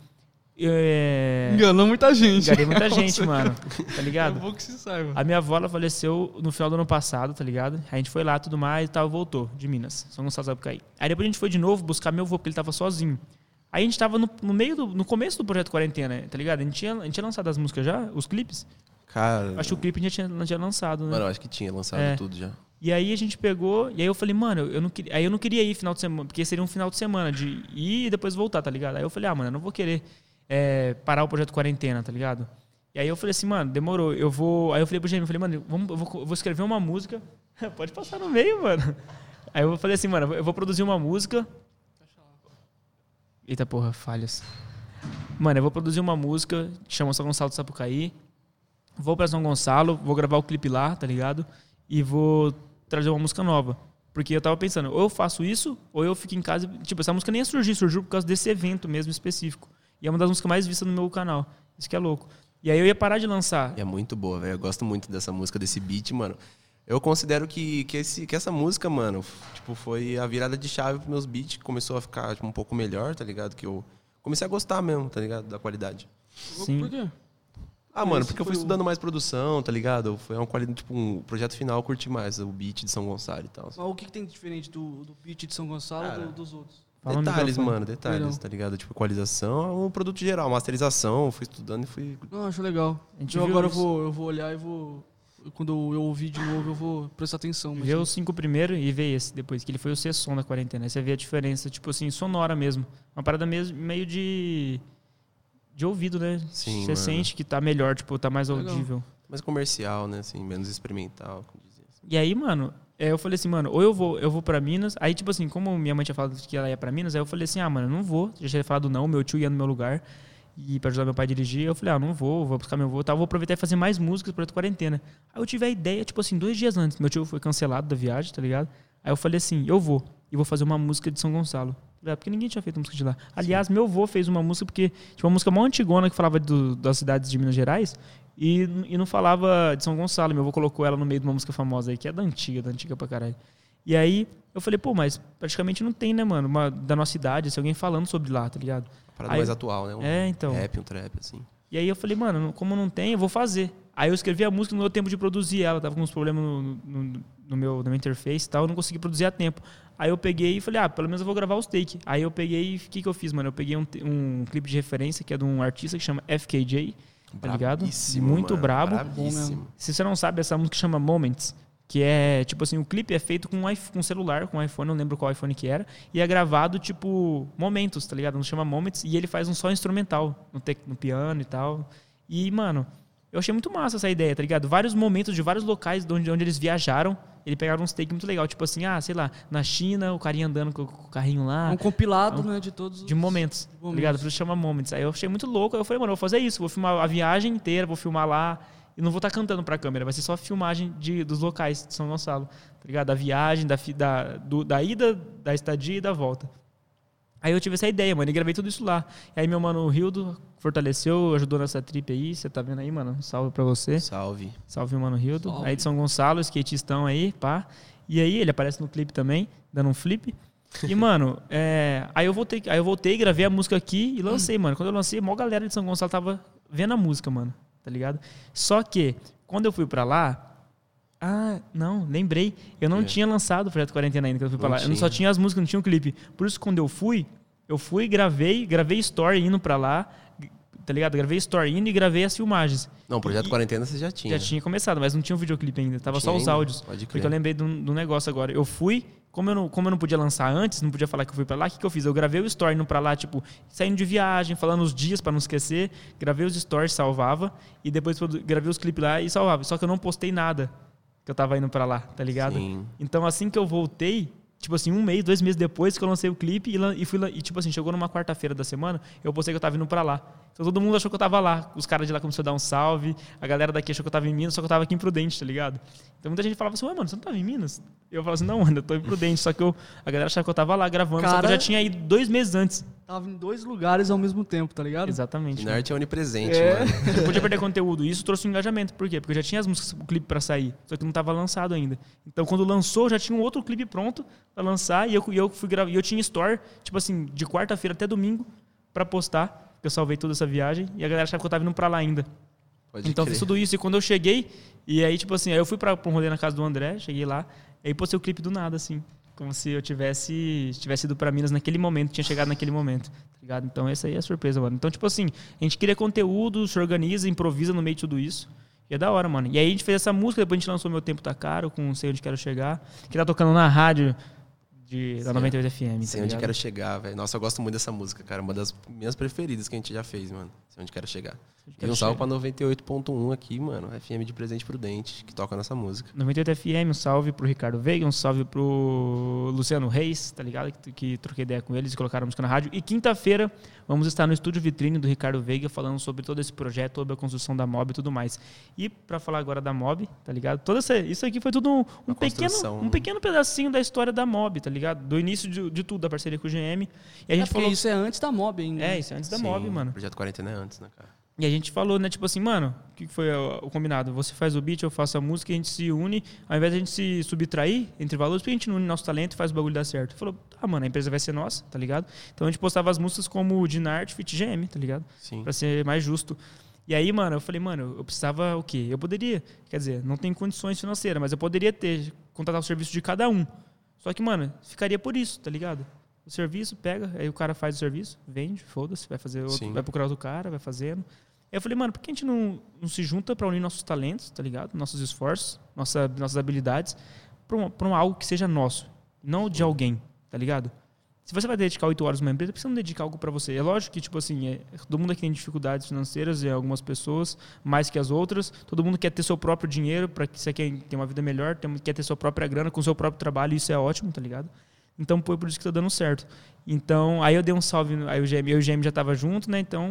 É... Enganou muita gente. Enganei muita gente, mano. Tá É ligado? bom que se saiba. A minha avó, ela faleceu no final do ano passado, tá ligado? A gente foi lá, tudo mais e tal, voltou de Minas. São Gonçalo do Sapucaí. Aí depois a gente foi de novo buscar meu avô, porque ele tava sozinho. Aí a gente tava no, no meio do... No começo do Projeto Quarentena, tá ligado? A gente tinha, a gente tinha lançado as músicas já, os clipes. Cara, Acho que o clipe a gente já tinha, tinha lançado, né? mano, eu acho que tinha lançado É. tudo já. E aí a gente pegou, e aí eu falei, mano, eu não queria, aí eu não queria ir final de semana, porque seria um final de semana de ir e depois voltar, tá ligado? Aí eu falei, ah, mano, eu não vou querer é, parar o Projeto Quarentena, tá ligado? E aí eu falei assim, mano, demorou, eu vou... Aí eu falei pro Gêmeo, eu falei, mano, vamos, eu, vou, eu vou escrever uma música, pode passar no meio, mano. Aí eu falei assim, mano, eu vou produzir uma música... Eita porra, falhas. Mano, eu vou produzir uma música que chama São Gonçalo do Sapucaí, vou pra São Gonçalo, vou gravar o clipe lá, tá ligado? E vou trazer uma música nova. Porque eu tava pensando, ou eu faço isso, ou eu fico em casa... Tipo, essa música nem ia surgir, surgiu por causa desse evento mesmo específico. E é uma das músicas mais vistas no meu canal. Isso que é louco. E aí eu ia parar de lançar. E é muito boa, velho. Eu gosto muito dessa música, desse beat, mano. Eu considero que, que, esse, que essa música, mano, tipo, foi a virada de chave pros meus beats. Começou a ficar tipo, um pouco melhor, tá ligado? Que eu comecei a gostar mesmo, tá ligado? Da qualidade. Sim. Por quê? Ah, mano, Esse porque eu foi fui o- estudando mais produção, tá ligado? Foi uma qualidade, tipo, um projeto final, eu curti mais o beat de São Gonçalo e tal. Mas o que, que tem de diferente do, do beat de São Gonçalo Cara, do, dos outros? Fala no Detalhes, microfone. mano, detalhes, Perdão. tá ligado? Tipo, equalização, o produto geral, masterização, fui estudando e fui... Não, acho legal. A gente Eu viu agora eu isso. vou, eu vou olhar e vou... Quando eu, eu ouvir de novo, eu vou prestar atenção. Mas Vê os cinco primeiro e vê esse depois, que ele foi o C-Som da quarentena. Aí você vê a diferença, tipo assim, sonora mesmo. Uma parada mesmo, meio de... De ouvido, né? Sim, Você mano. sente que tá melhor, tipo, tá mais Legal. audível. mais comercial, né? Assim, menos experimental, como dizia. E aí, mano, é, eu falei assim, mano, ou eu vou, eu vou pra Minas. Aí, tipo assim, como minha mãe tinha falado que ela ia pra Minas, aí eu falei assim, ah, mano, eu não vou. Já tinha falado não, meu tio ia no meu lugar. E pra ajudar meu pai a dirigir, eu falei, ah, não vou, vou buscar meu voo, tá, vou aproveitar e fazer mais músicas pro projeto quarentena. Aí eu tive a ideia, tipo assim, dois dias antes. Meu tio foi cancelado da viagem, tá ligado? Aí eu falei assim, eu vou. E vou fazer uma música de São Gonçalo. É, porque ninguém tinha feito música de lá. Aliás, meu avô fez uma música porque tinha uma música mó antigona que falava do, das cidades de Minas Gerais e, e não falava de São Gonçalo. Meu avô colocou ela no meio de uma música famosa aí, que é da antiga, da antiga pra caralho. E aí eu falei, pô, mas praticamente não tem, né, mano, uma, da nossa cidade, assim, alguém falando sobre lá, tá ligado? Parada Aí- mais atual, né? Um É, então. rap, um trap, assim. E aí eu falei, mano, como não tem, eu vou fazer. Aí eu escrevi a música, não deu tempo de produzir ela, tava com uns problemas no, no, no meu, na minha interface e tal, eu não consegui produzir a tempo. Aí eu peguei e falei, ah, pelo menos eu vou gravar os take. Aí eu peguei, o que que eu fiz, mano? Eu peguei um, te- um clipe de referência que é de um artista que chama F K J, tá ligado? Brabíssimo, Muito mano, brabo. brabíssimo. Se você não sabe, essa música chama Moments, que é, tipo assim, o clipe é feito com um iPhone- com um celular, com um iPhone, não lembro qual iPhone que era, e é gravado, tipo, momentos, tá ligado? Não chama Moments, e ele faz um só instrumental, no, tec- no piano e tal. E, mano, eu achei muito massa essa ideia, tá ligado? Vários momentos de vários locais de onde, onde eles viajaram, ele pegaram uns takes muito legal, tipo assim, ah, sei lá, na China, o carinha andando com, com o carrinho lá, É um compilado, é um- né, de todos os... de momentos, tá momentos. ligado? Por isso chama Moments. Aí eu achei muito louco, aí eu falei, mano, eu vou fazer isso, vou filmar a viagem inteira, vou filmar lá, e não vou estar cantando pra câmera, vai ser só filmagem de, dos locais de São Gonçalo, tá ligado? Da viagem, da, fi- da, do, da ida, da estadia e da volta. Aí eu tive essa ideia, mano, e gravei tudo isso lá. E aí meu mano o Rildo fortaleceu, ajudou nessa trip aí, você tá vendo aí, mano? Um salve pra você. Salve. Salve, mano Rildo. Salve. Aí de São Gonçalo, skatistão aí, pá. E aí ele aparece no clipe também, dando um flip. E, mano, é, aí, eu voltei, aí eu voltei, gravei a música aqui e lancei, mano. Quando eu lancei, a maior galera de São Gonçalo tava vendo a música, mano. Tá ligado? Só que, quando eu fui pra lá... Ah, não, lembrei. Eu não É. tinha lançado o Projeto Quarentena ainda quando eu fui pra Não lá. Eu só tinha. tinha as músicas, não tinha o clipe. Por isso, quando eu fui, eu fui, gravei, gravei story indo pra lá, tá ligado? Gravei story indo e gravei as filmagens. Não, o Projeto E- Quarentena você já tinha. Já tinha começado, mas não tinha o videoclipe ainda. Tava Tinha só os ainda? áudios. Pode crer. Porque eu lembrei do, do negócio agora. Eu fui, como eu, não, como eu não podia lançar antes, não podia falar que eu fui pra lá, o que, que eu fiz? Eu gravei o story indo pra lá, tipo, saindo de viagem, falando os dias pra não esquecer. Gravei os stories, salvava. E depois produ- gravei os clipes lá e salvava. Só que eu não postei nada que eu tava indo pra lá, tá ligado? Sim. Então, assim que eu voltei, tipo assim, um mês, dois meses depois que eu lancei o clipe e, lan- e fui lá- e tipo assim, chegou numa quarta-feira da semana, eu postei que eu tava indo pra lá. Então todo mundo achou que eu tava lá. Os caras de lá começaram a dar um salve, a galera daqui achou que eu tava em Minas, só que eu tava aqui em Prudente, tá ligado? Então muita gente falava assim, ué, mano, você não tava em Minas? E eu falava assim, não, mano, eu tô em Prudente, só que eu, a galera achava que eu tava lá gravando, só que eu Cara- já tinha ido dois meses antes. Tava em dois lugares ao mesmo tempo, tá ligado? Exatamente. mano. Dinarte é onipresente, É. mano. Eu não podia perder conteúdo. E isso trouxe um engajamento. Por quê? Porque eu já tinha as músicas, o clipe pra sair. Só que não tava lançado ainda. Então, quando lançou, já tinha um outro clipe pronto pra lançar. E eu, e eu fui gravar. E eu tinha store, tipo assim, de quarta-feira até domingo pra postar. Eu salvei toda essa viagem. E a galera achava que eu tava indo pra lá ainda. Pode Então, crer. fiz tudo isso. E quando eu cheguei, e aí, tipo assim, aí eu fui pra, pra um rolê na casa do André, cheguei lá. E aí postei o clipe do nada, assim. Como se eu tivesse, tivesse ido pra Minas naquele momento, tinha chegado naquele momento. Tá ligado? Então, essa aí é a surpresa, mano. Então, tipo assim, a gente cria conteúdo, se organiza, improvisa no meio de tudo isso. E é da hora, mano. E aí a gente fez essa música, depois a gente lançou Meu Tempo Tá Caro, com Sei Onde Quero Chegar, que tá tocando na rádio de, da Sei- noventa e oito F M. Sei tá onde ligado? quero chegar, velho. Nossa, eu gosto muito dessa música, cara. Uma das minhas preferidas que a gente já fez, mano. Sei É onde quero chegar. Onde E quero um salve chegar. pra noventa e oito ponto um aqui, mano. F M de Presidente Prudente, que toca nessa música. noventa e oito F M, um salve pro Ricardo Veiga, um salve pro Luciano Reis, tá ligado? Que, que troquei ideia com eles e colocaram música na rádio. E quinta-feira vamos estar no estúdio Vitrine do Ricardo Veiga falando sobre todo esse projeto, sobre a construção da Mob e tudo mais. E pra falar agora da Mob, tá ligado? Toda essa, isso aqui foi tudo um, um, pequeno, construção. um pequeno pedacinho da história da Mob, tá ligado? Do início de, de tudo, da parceria com o G M. E a É gente porque falou... isso é antes da Mob ainda. É, isso é antes da Sim, Mob, mano. O Projeto Quarentena é antes, né, cara? E a gente falou, né, tipo assim, mano, o que foi o, o combinado? Você faz o beat, eu faço a música, a gente se une, ao invés de a gente se subtrair entre valores, porque a gente não une nosso talento e faz o bagulho dar certo. Falou, tá, mano, a empresa vai ser nossa, tá ligado? Então a gente postava as músicas como Dinart, Fit G M, tá ligado? Sim. Pra ser mais justo. E aí, mano, eu falei, mano, eu precisava o quê? Eu poderia, quer dizer, não tem condições financeiras, mas eu poderia ter, contratar o serviço de cada um. Só que, mano, ficaria por isso, tá ligado? O serviço, pega, aí o cara faz o serviço, vende, foda-se, vai fazer outro, Sim. vai procurar outro cara, vai fazendo. Aí eu falei, mano, por que a gente não, não se junta pra unir nossos talentos, tá ligado? Nossos esforços, nossa, nossas habilidades, pra um, pra um algo que seja nosso, não de alguém, tá ligado? Se você vai dedicar oito horas numa empresa, por que você não dedicar algo pra você? É lógico que, tipo assim, é, todo mundo aqui tem dificuldades financeiras, e algumas pessoas mais que as outras. Todo mundo quer ter seu próprio dinheiro, pra que você quer ter uma vida melhor, tem- quer ter sua própria grana com seu próprio trabalho, e isso é ótimo, tá ligado? Então, foi por isso que tá dando certo. Então, aí eu dei um salve, no- aí o G M, eu e o G M já tava junto, né? Então,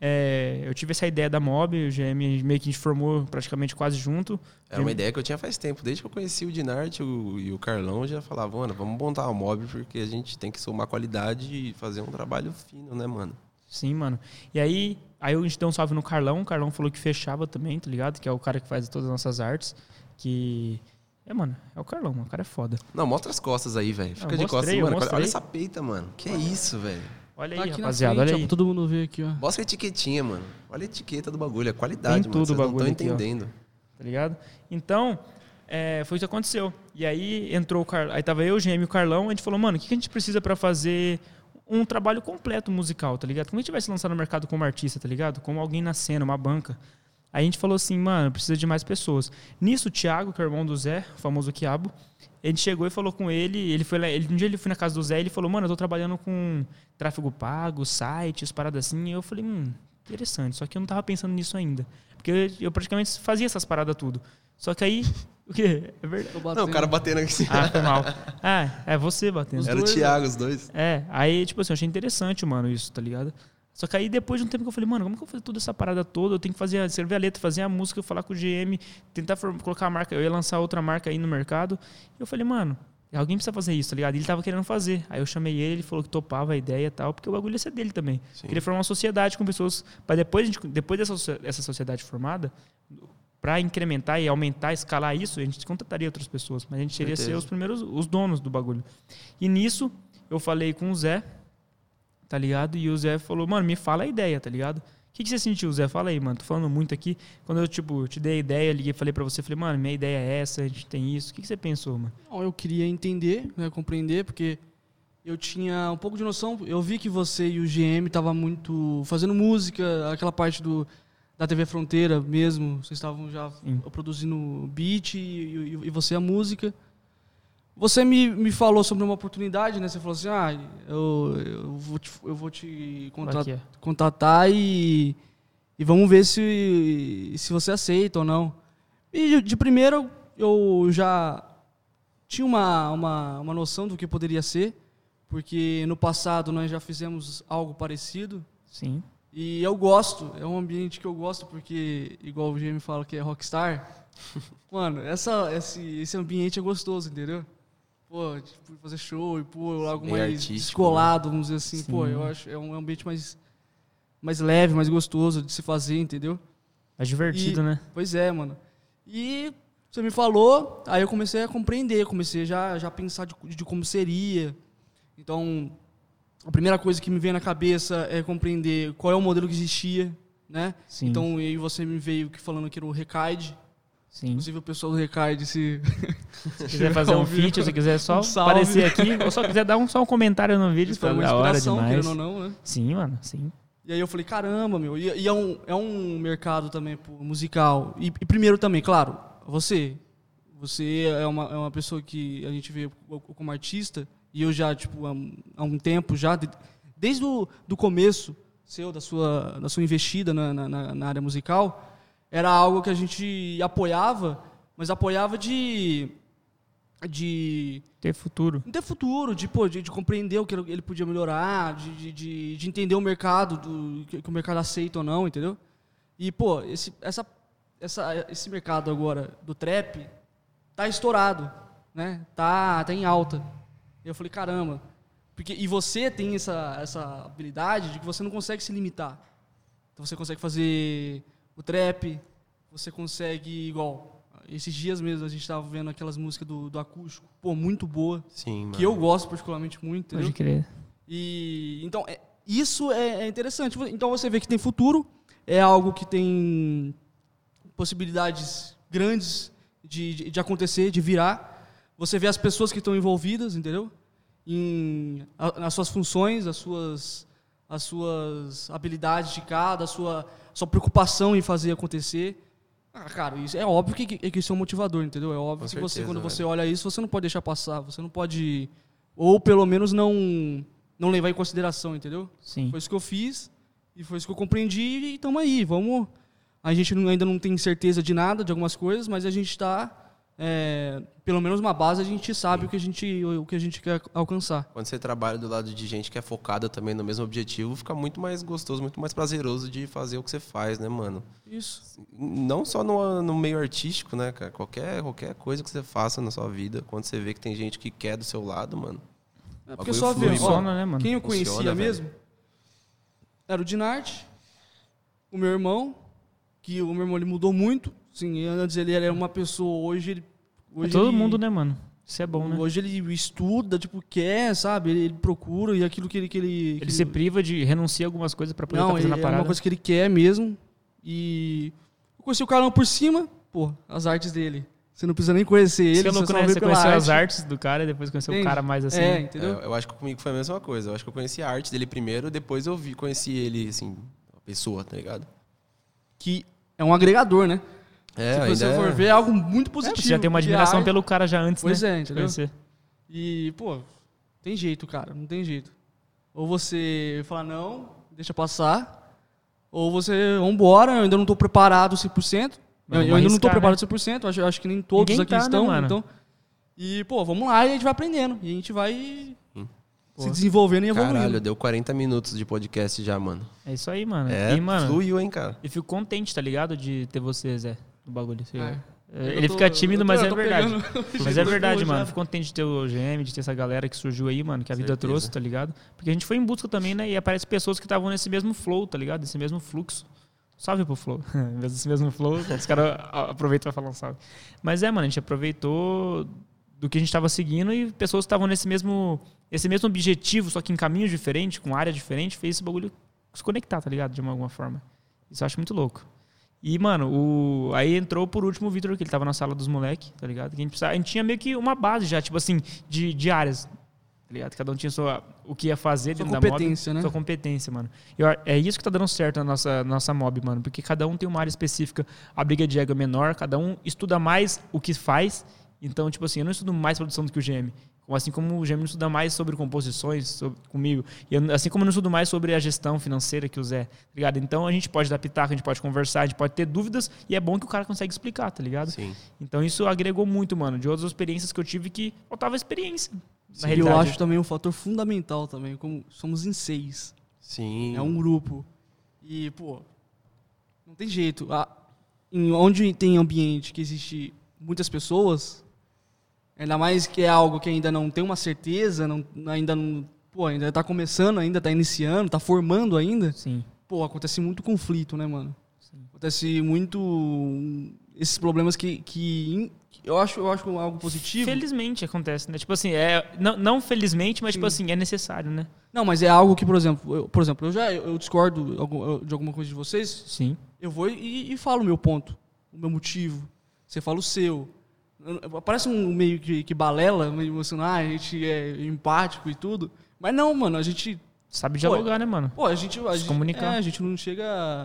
é, eu tive essa ideia da Mob, o G M meio que a gente formou praticamente quase junto. Era uma ideia que eu tinha faz tempo. Desde que eu conheci o Dinart o, e o Carlão, eu já falava, mano, vamos montar uma Mob, porque a gente tem que somar qualidade e fazer um trabalho fino, né, mano? Sim, mano. E aí, aí a gente deu um salve no Carlão. O Carlão falou que fechava também, tá ligado? Que é o cara que faz todas as nossas artes. Que. É, mano, é o Carlão, mano. O cara é foda. Não, mostra as costas aí, velho. Fica Eu de mostrei, costas, eu mano. Olha mostrei. essa peita, mano. Que isso, velho? Olha Tá aí, aqui na rapaziada, frente, olha ó, aí. pra todo mundo ver aqui, ó. Mostra a etiquetinha, mano. Olha a etiqueta do bagulho. É qualidade, Tem mano. tudo o Vocês não bagulho estão aqui, ó. entendendo. Tá ligado? Então, é, foi isso que aconteceu. E aí entrou o Carlão. Aí tava eu, o G M e o Carlão. A gente falou, mano, o que que a gente precisa pra fazer um trabalho completo musical, tá ligado? Como a gente vai se lançar no mercado como artista, tá ligado? Como alguém na cena, uma banca. Aí a gente falou assim, mano, precisa de mais pessoas. Nisso, o Thiago, que é o irmão do Zé, o famoso Quiabo, a gente chegou e falou com ele, ele foi lá, ele, um dia ele foi na casa do Zé e ele falou, mano, eu tô trabalhando com tráfego pago, sites, paradas assim. E eu falei, hum, interessante, só que eu não tava pensando nisso ainda. Porque eu praticamente fazia essas paradas tudo. Só que aí, o quê? É verdade. Tô Não, batendo. o cara batendo aqui. Ah, foi mal. Ah, é você batendo. Era o dois, Thiago, os dois. É, aí, tipo assim, eu achei interessante, mano, isso, tá ligado? Só que aí, depois de um tempo que eu falei, mano, como que eu vou fazer toda essa parada toda? Eu tenho que fazer, escrever a letra, fazer a música, falar com o G M, tentar for- colocar a marca. Eu ia lançar outra marca aí no mercado. E eu falei, mano, alguém precisa fazer isso, tá ligado? E ele tava querendo fazer. Aí eu chamei ele, ele falou que topava a ideia e tal, porque o bagulho ia ser dele também. Sim. Queria formar uma sociedade com pessoas, para depois, a gente- depois dessa, socie- essa sociedade formada, para incrementar e aumentar, escalar isso, a gente contrataria outras pessoas, mas a gente queria ser Certeza. os primeiros, os donos do bagulho. E nisso, eu falei com o Zé, tá ligado? E o Zé falou, mano, me fala a ideia, tá ligado? O que, que você sentiu, Zé? Fala aí, mano. Tô falando muito aqui. Quando eu, tipo, te dei a ideia, liguei, falei pra você, falei, mano, minha ideia é essa, a gente tem isso. O que, que você pensou, mano? Não, eu queria entender, né, compreender, porque eu tinha um pouco de noção. Eu vi que você e o G M estavam muito fazendo música, aquela parte do, da T V Fronteira mesmo. Vocês estavam já Sim. produzindo beat e, e, e você a música. Você me, me falou sobre uma oportunidade, né? Você falou assim, ah, eu, eu vou te, eu vou te contra- Aqui, ó. contatar e, e vamos ver se, se você aceita ou não. E de, de primeiro eu já tinha uma, uma, uma noção do que poderia ser, porque no passado nós já fizemos algo parecido. Sim. E eu gosto, é um ambiente que eu gosto, porque, igual o G M fala que é rockstar, mano, essa, esse, esse ambiente é gostoso, entendeu? Pô, tipo, fazer show e pô, algo Bem mais artístico, descolado, vamos dizer assim. Sim. Pô, eu acho é um ambiente mais, mais leve, mais gostoso de se fazer, entendeu? É divertido, E- né? Pois é, mano. E você me falou, aí eu comecei a compreender, comecei já já a pensar de, de como seria. Então, a primeira coisa que me veio na cabeça é compreender qual é o modelo que existia, né? Sim. Então, aí você me veio que falando que era o Recaide. Sim. Inclusive o pessoal do Recaide se Se quiser fazer um ouvir, feat, se quiser só um salve. aparecer aqui, ou só quiser dar um, só um comentário no vídeo, isso foi tá uma da hora inspiração, demais. querendo ou não, né? Sim, mano, sim. E aí eu falei, caramba, meu, e, e é, um, é um mercado também pô, musical. E, e primeiro também, claro, você. Você é uma, é uma pessoa que a gente vê como artista, e eu já, tipo, há, um- há um tempo já, de- desde o do começo, seu, da sua, da sua investida na, na, na área musical, era algo que a gente apoiava, mas apoiava de... de ter futuro. ter futuro, de, pô, de, de compreender o que ele podia melhorar, de, de, de entender o mercado, do, que, que o mercado aceita ou não, entendeu? E, pô, esse, essa, essa, esse mercado agora do trap tá estourado, né? Tá, tá em alta. E eu falei, caramba. Porque, e você tem essa, essa habilidade de que você não consegue se limitar. Então você consegue fazer o trap, você consegue, igual... Esses dias mesmo a gente tava vendo aquelas músicas do, do acústico, pô, muito boa. Sim, mano. Que eu gosto particularmente muito, entendeu? Pode crer. E, então, é, isso é, é interessante. Então você vê que tem futuro, é algo que tem possibilidades grandes de, de, de acontecer, de virar. Você vê as pessoas que estão envolvidas, entendeu? Em, a, nas suas funções, as suas, as suas habilidades de cada, a sua, a sua preocupação em fazer acontecer. Ah, cara, isso é óbvio que, que, que isso é um motivador, entendeu? É óbvio Com que você, certeza, quando velho. você olha isso, você não pode deixar passar, você não pode... Ou pelo menos não, não levar em consideração, entendeu? Sim. Foi isso que eu fiz, e foi isso que eu compreendi, e estamos aí, vamos... A gente não- ainda não tem certeza de nada, de algumas coisas, mas a gente está... É, pelo menos uma base, a gente sabe o que a gente, o que a gente quer alcançar. Quando você trabalha do lado de gente que é focada também no mesmo objetivo, fica muito mais gostoso, muito mais prazeroso de fazer o que você faz, né, mano? Isso. Não só no, no meio artístico, né, cara? Qualquer, qualquer coisa que você faça na sua vida, quando você vê que tem gente que quer do seu lado, mano. É porque Bagulho só flui, ver, ó, funciona, né, mano? quem eu conhecia Funciona, velho. mesmo era o Dinarte, o meu irmão, que o meu irmão ele mudou muito. Assim, antes ele era uma pessoa, hoje ele... É Hoje todo ele, mundo, né, mano? Isso é bom, né? Hoje ele estuda, tipo, quer, sabe? Ele, ele procura e aquilo que ele... Que ele, que Ele se priva de renunciar algumas coisas pra poder Não, estar fazendo ele, a é parada. uma coisa que ele quer mesmo. E eu conheci o Carlão por cima, pô, as artes dele. Você não precisa nem conhecer ele, Você é você louco, só né? vê Você pela conheceu arte. as artes do cara e depois conheceu Entende? o cara mais assim. É, entendeu? É, eu acho que comigo foi a mesma coisa. Eu acho que eu conheci a arte dele primeiro, depois eu vi, conheci ele, assim, a pessoa, tá ligado? Que é um agregador, né? É, Se ainda você é- for ver, é algo muito É, positivo. você já tem uma porque admiração a arte- pelo cara já antes, Pois né? é, de entendeu? conhecer. E, pô, tem jeito, cara, não tem jeito. Ou você fala, não, deixa passar, ou você, vambora, eu ainda não tô preparado cem por cento. Mas Eu, vamos eu ainda não tô arriscar, preparado né? cem por cento, eu acho, eu acho que nem todos Ninguém aqui tá, né, estão, mano? então... E, pô, vamos lá e a gente vai aprendendo. E a gente vai Pô. se desenvolvendo e evoluindo. Caralho, deu quarenta minutos de podcast já, mano. É isso aí, mano. É, e, mano, fluiu, hein, cara. eu fico contente, tá ligado? De ter você, Zé, no bagulho. Você- É. É, Eu Ele tô- fica tímido, eu tô- mas eu é tô verdade. pegando- Mas é verdade, já. mano. Fico contente de ter o G M, de ter essa galera que surgiu aí, mano, que a vida Certeza. trouxe, tá ligado? Porque a gente foi em busca também, né? E aparece pessoas que estavam nesse mesmo flow, tá ligado? Esse mesmo fluxo. Salve pro flow. Esse mesmo flow, os caras aproveitam pra falar um salve. Mas é, mano, a gente aproveitou do que a gente tava seguindo e pessoas que estavam nesse mesmo, esse mesmo objetivo, só que em caminhos diferentes, com área diferente, fez esse bagulho se conectar, tá ligado? De uma, alguma forma. Isso eu acho muito louco. E, mano, o... aí entrou por último o Vitor, que ele tava na sala dos moleques, tá ligado? Que a gente, precisava... a gente tinha meio que uma base já, tipo assim, de, de áreas, tá ligado? Cada um tinha sua... o que ia fazer Sua dentro da mob. competência, né? Sua competência, mano. E eu- é isso que tá dando certo na nossa, nossa mob, mano. Porque cada um tem uma área específica, a briga de ego é menor, cada um estuda mais o que faz. Então, tipo assim, eu não estudo mais produção do que o G M. Assim como o G M não estuda mais sobre composições sobre, comigo. E eu- assim como eu não estudo mais sobre a gestão financeira que o Zé, tá ligado? Então a gente pode dar pitaco, a gente pode conversar, a gente pode ter dúvidas e é bom que o cara consegue explicar, tá ligado? Sim. Então isso agregou muito, mano. De outras experiências que eu tive que faltava experiência. Na E eu realidade. acho também um fator fundamental também, como somos em seis. Sim. É um grupo. E, pô, não tem jeito. Ah, em onde tem ambiente que existe muitas pessoas, ainda mais que é algo que ainda não tem uma certeza, não, ainda não, pô, ainda tá começando, ainda tá iniciando, tá formando ainda, Sim. pô, acontece muito conflito, né, mano? Acontece muito hum, esses problemas que, que in- que eu acho, eu acho algo positivo. Felizmente acontece, né? Tipo assim, é, não, não felizmente, mas tipo assim, é necessário, né? Não, mas é algo que, por exemplo, eu, por exemplo, eu já eu discordo algum- de alguma coisa de vocês, Sim. eu vou e, e falo o meu ponto, o meu motivo. Você fala o seu. Parece um meio que, que balela, meio emocional, a gente é empático e tudo. Mas não, mano, a gente. Sabe dialogar, né, mano? Pô, a gente. A Se gente, comunicar. é, a gente não chega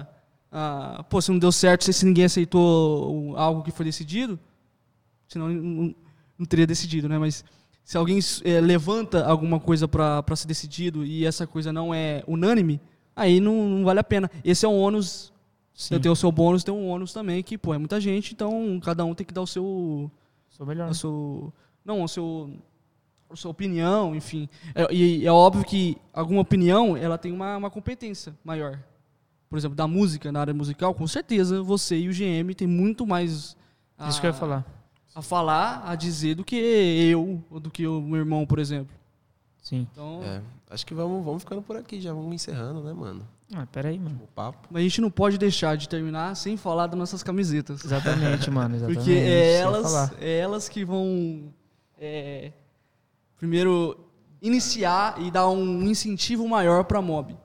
a, a. Pô, se não deu certo, se, se ninguém aceitou algo que foi decidido, senão não, não teria decidido, né? Mas se alguém é, levanta alguma coisa pra, pra ser decidido e essa coisa não é unânime, aí não, não vale a pena. Esse é um ônus, Sim. tem o seu bônus, tem um ônus também, que, pô, é muita gente, então cada um tem que dar o seu... Sou melhor. O seu, não, o seu, a sua opinião, enfim. É, e é óbvio que alguma opinião, ela tem uma, uma competência maior. Por exemplo, da música, na área musical, com certeza você e o G M tem muito mais a, Isso que eu ia falar. a falar, a dizer do que eu, ou do que o meu irmão, por exemplo. Sim. Então, É, acho que vamos, vamos ficando por aqui, já vamos encerrando, né, mano? Ah, pera aí, mano. O papo. mas a gente não pode deixar de terminar sem falar das nossas camisetas. Exatamente, mano. Exatamente. Porque é Isso que eu ia elas, falar. é elas que vão é, primeiro iniciar e dar um incentivo maior para a Mob.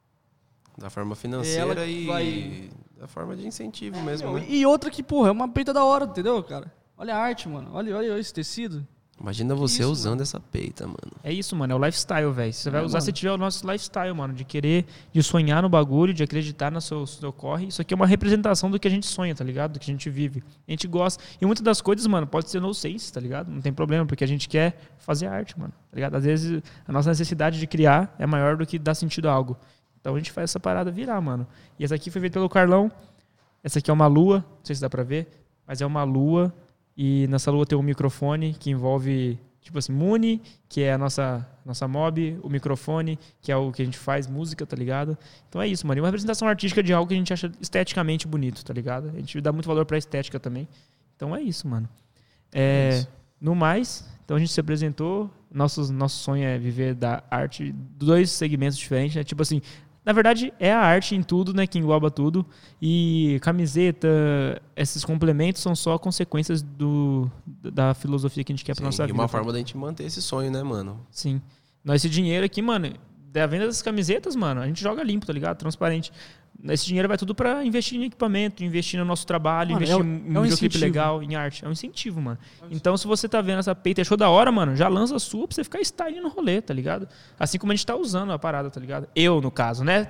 Da forma Ela financeira que e vai- da forma de incentivo mesmo, Meu, né? e outra que, porra, é uma peita da hora, entendeu, cara? Olha a arte, mano. Olha, olha esse tecido. Imagina você isso, usando essa peita, mano. É isso, mano. É o lifestyle, velho. Você vai É, usar mano. se tiver o nosso lifestyle, mano. De querer, de sonhar no bagulho, de acreditar no seu, seu corre. Isso aqui é uma representação do que a gente sonha, tá ligado? Do que a gente vive. A gente gosta. E muitas das coisas, mano, pode ser no sense, tá ligado? Não tem problema, porque a gente quer fazer arte, mano. Tá ligado? Às vezes a nossa necessidade de criar é maior do que dar sentido a algo. Então a gente faz essa parada virar, mano. E essa aqui foi feita pelo Carlão. Essa aqui é uma lua. Não sei se dá pra ver. Mas é uma lua. E nessa lua tem um microfone que envolve... Tipo assim, Muni, que é a nossa, nossa mob, o microfone, que é o que a gente faz, música, tá ligado? Então é isso, mano. E uma representação artística de algo que a gente acha esteticamente bonito, tá ligado? A gente dá muito valor pra estética também. Então é isso, mano. É, É isso. No mais, então a gente se apresentou. Nosso, nosso sonho é viver da arte, dois segmentos diferentes, né? Tipo assim, na verdade é a arte em tudo, né? Que engloba tudo. E camiseta, esses complementos são só consequências do, da filosofia que a gente quer pra Sim, nossa e vida. uma tá? forma da gente manter esse sonho, né, mano? Sim. Nós, esse dinheiro aqui, mano, da venda das camisetas, mano, a gente joga limpo, tá ligado? Transparente. Esse dinheiro vai tudo pra investir em equipamento, investir no nosso trabalho, Mano, investir é um- em é um um videoclipe incentivo. legal, em arte. É um incentivo, mano. Então, se você tá vendo essa peita e achou da hora, mano, já lança a sua pra você ficar style no rolê, tá ligado? Assim como a gente tá usando a parada, tá ligado? Eu, no caso, né?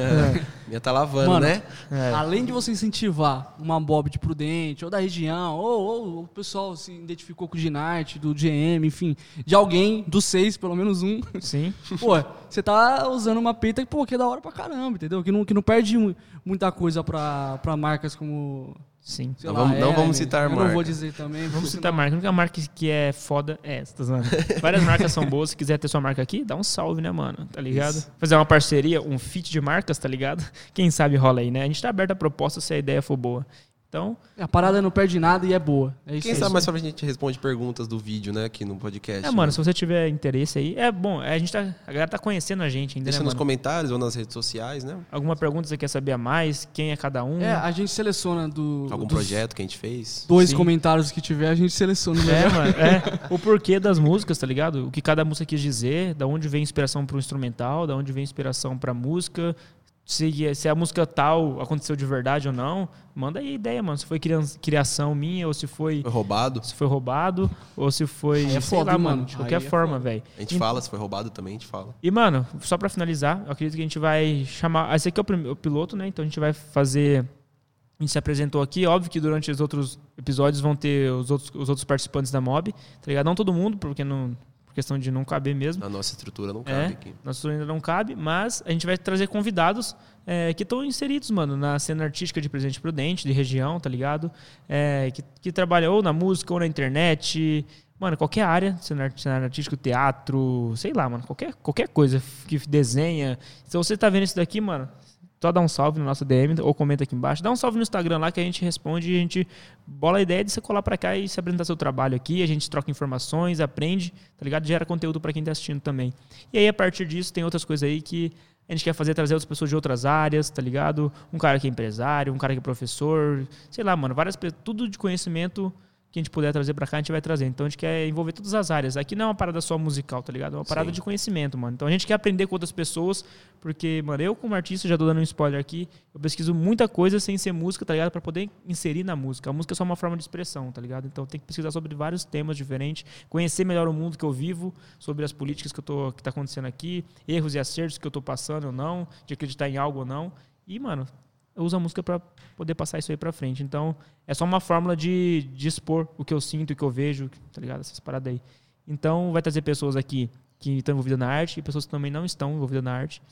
Minha tá lavando, Mano, né? É. Além de você incentivar uma Bob de Prudente, ou da região, ou, ou o pessoal se identificou com o Ginarte, do G M, enfim, de alguém, dos seis, pelo menos um. Sim. Pô, você tá usando uma peita que, pô, que é da hora pra caramba, entendeu? Que não, que não perde mu- muita coisa pra, pra marcas como... Sim. sei Não lá, vamos- não vamos Hermes. citar Eu marca. não vou dizer também. Vamos porque citar senão- marca. A única marca que é foda é essa, tá zoando? Várias marcas são boas. Se quiser ter sua marca aqui, dá um salve, né, mano? Tá ligado? Isso. Fazer uma parceria, um fit de marcas, tá ligado? Quem sabe rola aí, né? A gente tá aberto a proposta se a ideia for boa. Então, A parada não perde nada e é boa. É isso Quem aí. sabe mais pra frente a gente responde perguntas do vídeo, né, aqui no podcast. é, mano, se você tiver interesse aí, é bom. A gente tá, a galera tá conhecendo a gente ainda, Deixa né, nos mano? comentários ou nas redes sociais, né? Alguma pergunta você quer saber a mais? Quem é cada um? É, a gente seleciona do, Algum dos projeto que a gente fez. dois Sim. comentários que tiver, a gente seleciona o É, melhor. mano, é. O porquê das músicas, tá ligado? O que cada música quis dizer, da onde vem inspiração pro instrumental, da onde vem inspiração pra música, se, se a música tal aconteceu de verdade ou não. Manda aí ideia, mano. Se foi crian- criação minha, ou se foi, Foi roubado. se foi roubado, ou se foi. Aí é sei foda, lá, hein, mano. mano? De qualquer Aí é forma, foda. velho. A gente fala, se foi roubado também, a gente fala. E, mano, só pra finalizar, eu acredito que a gente vai chamar. Esse aqui é o, prim- o piloto, né? Então a gente vai fazer. A gente se apresentou aqui. Óbvio que durante os outros episódios vão ter os outros, os outros participantes da Mob, tá ligado? Não todo mundo, porque não. Por questão de não caber mesmo. A nossa estrutura não É, cabe aqui. nosso ainda não cabe, mas a gente vai trazer convidados é, que estão inseridos, mano, na cena artística de Presidente Prudente, de região, tá ligado? É, que, que trabalham ou na música ou na internet, mano, qualquer área, cenário, cenário artístico, teatro, sei lá, mano, qualquer, qualquer coisa que desenha. Se você tá vendo isso daqui, mano, só dá um salve no nosso D M ou comenta aqui embaixo. Dá um salve no Instagram lá que a gente responde e a gente bola a ideia de você colar pra cá e se apresentar seu trabalho aqui. A gente troca informações, aprende, tá ligado? Gera conteúdo pra quem tá assistindo também. E aí, a partir disso, tem outras coisas aí que a gente quer fazer, trazer outras pessoas de outras áreas, tá ligado? Um cara que é empresário, um cara que é professor, sei lá, mano, várias pessoas, tudo de conhecimento que a gente puder trazer pra cá, a gente vai trazer. Então a gente quer envolver todas as áreas. Aqui não é uma parada só musical, tá ligado? É uma parada Sim. de conhecimento, mano. Então a gente quer aprender com outras pessoas, porque, mano, eu como artista, já tô dando um spoiler aqui, eu pesquiso muita coisa sem ser música, tá ligado? Pra poder inserir na música. A música é só uma forma de expressão, tá ligado? Então tem que pesquisar sobre vários temas diferentes, conhecer melhor o mundo que eu vivo, sobre as políticas que eu tô que tá acontecendo aqui, erros e acertos que eu tô passando ou não, de acreditar em algo ou não. E, mano, eu uso a música pra poder passar isso aí pra frente. Então, é só uma fórmula de, de expor o que eu sinto, o que eu vejo, tá ligado? Essas paradas aí. Então, vai trazer pessoas aqui que estão envolvidas na arte e pessoas que também não estão envolvidas na arte. Sim.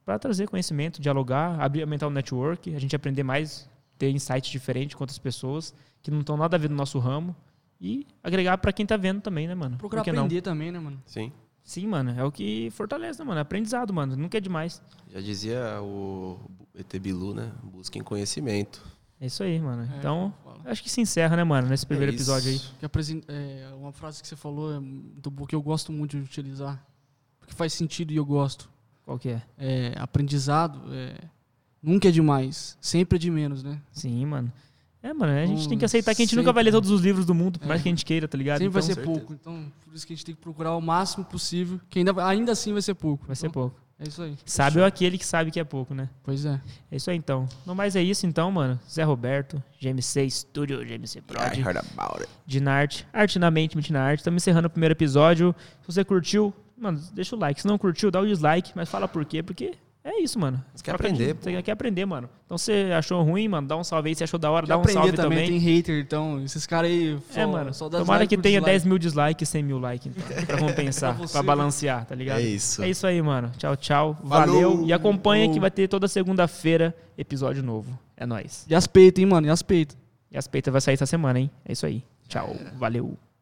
para trazer conhecimento, dialogar, abrir, aumentar o network, a gente aprender mais, ter insights diferentes com outras pessoas que não estão nada a ver no nosso ramo e agregar para quem tá vendo também, né, mano? Procurar aprender também, né, mano? Sim. Sim, mano, é o que fortalece, né, mano? É aprendizado, mano, nunca é demais. Já dizia o E T Bilu, né? Busquem conhecimento. É isso aí, mano. É, então, fala. acho que se encerra, né, mano, nesse primeiro É isso. episódio aí. Que apresen- é, uma frase que você falou é muito boa, que eu gosto muito de utilizar, porque faz sentido e eu gosto. Qual que é? É, aprendizado é, nunca é demais, sempre é de menos, né? Sim, mano. É, mano, a gente Então, tem que aceitar que a gente sempre- nunca vai ler todos os livros do mundo, por É. mais que a gente queira, tá ligado? Sempre vai Então, ser certeza. pouco, então por isso que a gente tem que procurar o máximo possível, que ainda, ainda assim vai ser pouco. vai ser Então, pouco. É isso aí. Sabe ou aquele que sabe que é pouco, né? Pois é. É isso aí, então. No mais é isso, então, mano. Zé Roberto, G M C Studio, G M C Prod, I heard about it. Dinarte, Arte na Mente, Mente na Arte. Estamos encerrando o primeiro episódio. Se você curtiu, mano, deixa o like. Se não curtiu, dá o dislike, mas fala por quê, porque é isso, mano. Você quer Troca aprender, de- pô. Você quer aprender, mano. Então, você achou ruim, mano, dá um salve aí. Se achou da hora, De dá um aprender salve também, também. tem hater, então esses caras aí só, É, mano. só dá Tomara dislike que por tenha dislike. dez mil dislikes e cem mil likes, então. Pra compensar, Pra você, pra balancear, tá ligado? É isso. É isso aí, mano. Tchau, tchau. Falou. Valeu. E acompanha Falou. que vai ter toda segunda-feira episódio novo. É nóis. E as peitas, hein, mano? E as peitas. E as peitas vai sair essa semana, hein? É isso aí. Tchau. Valeu.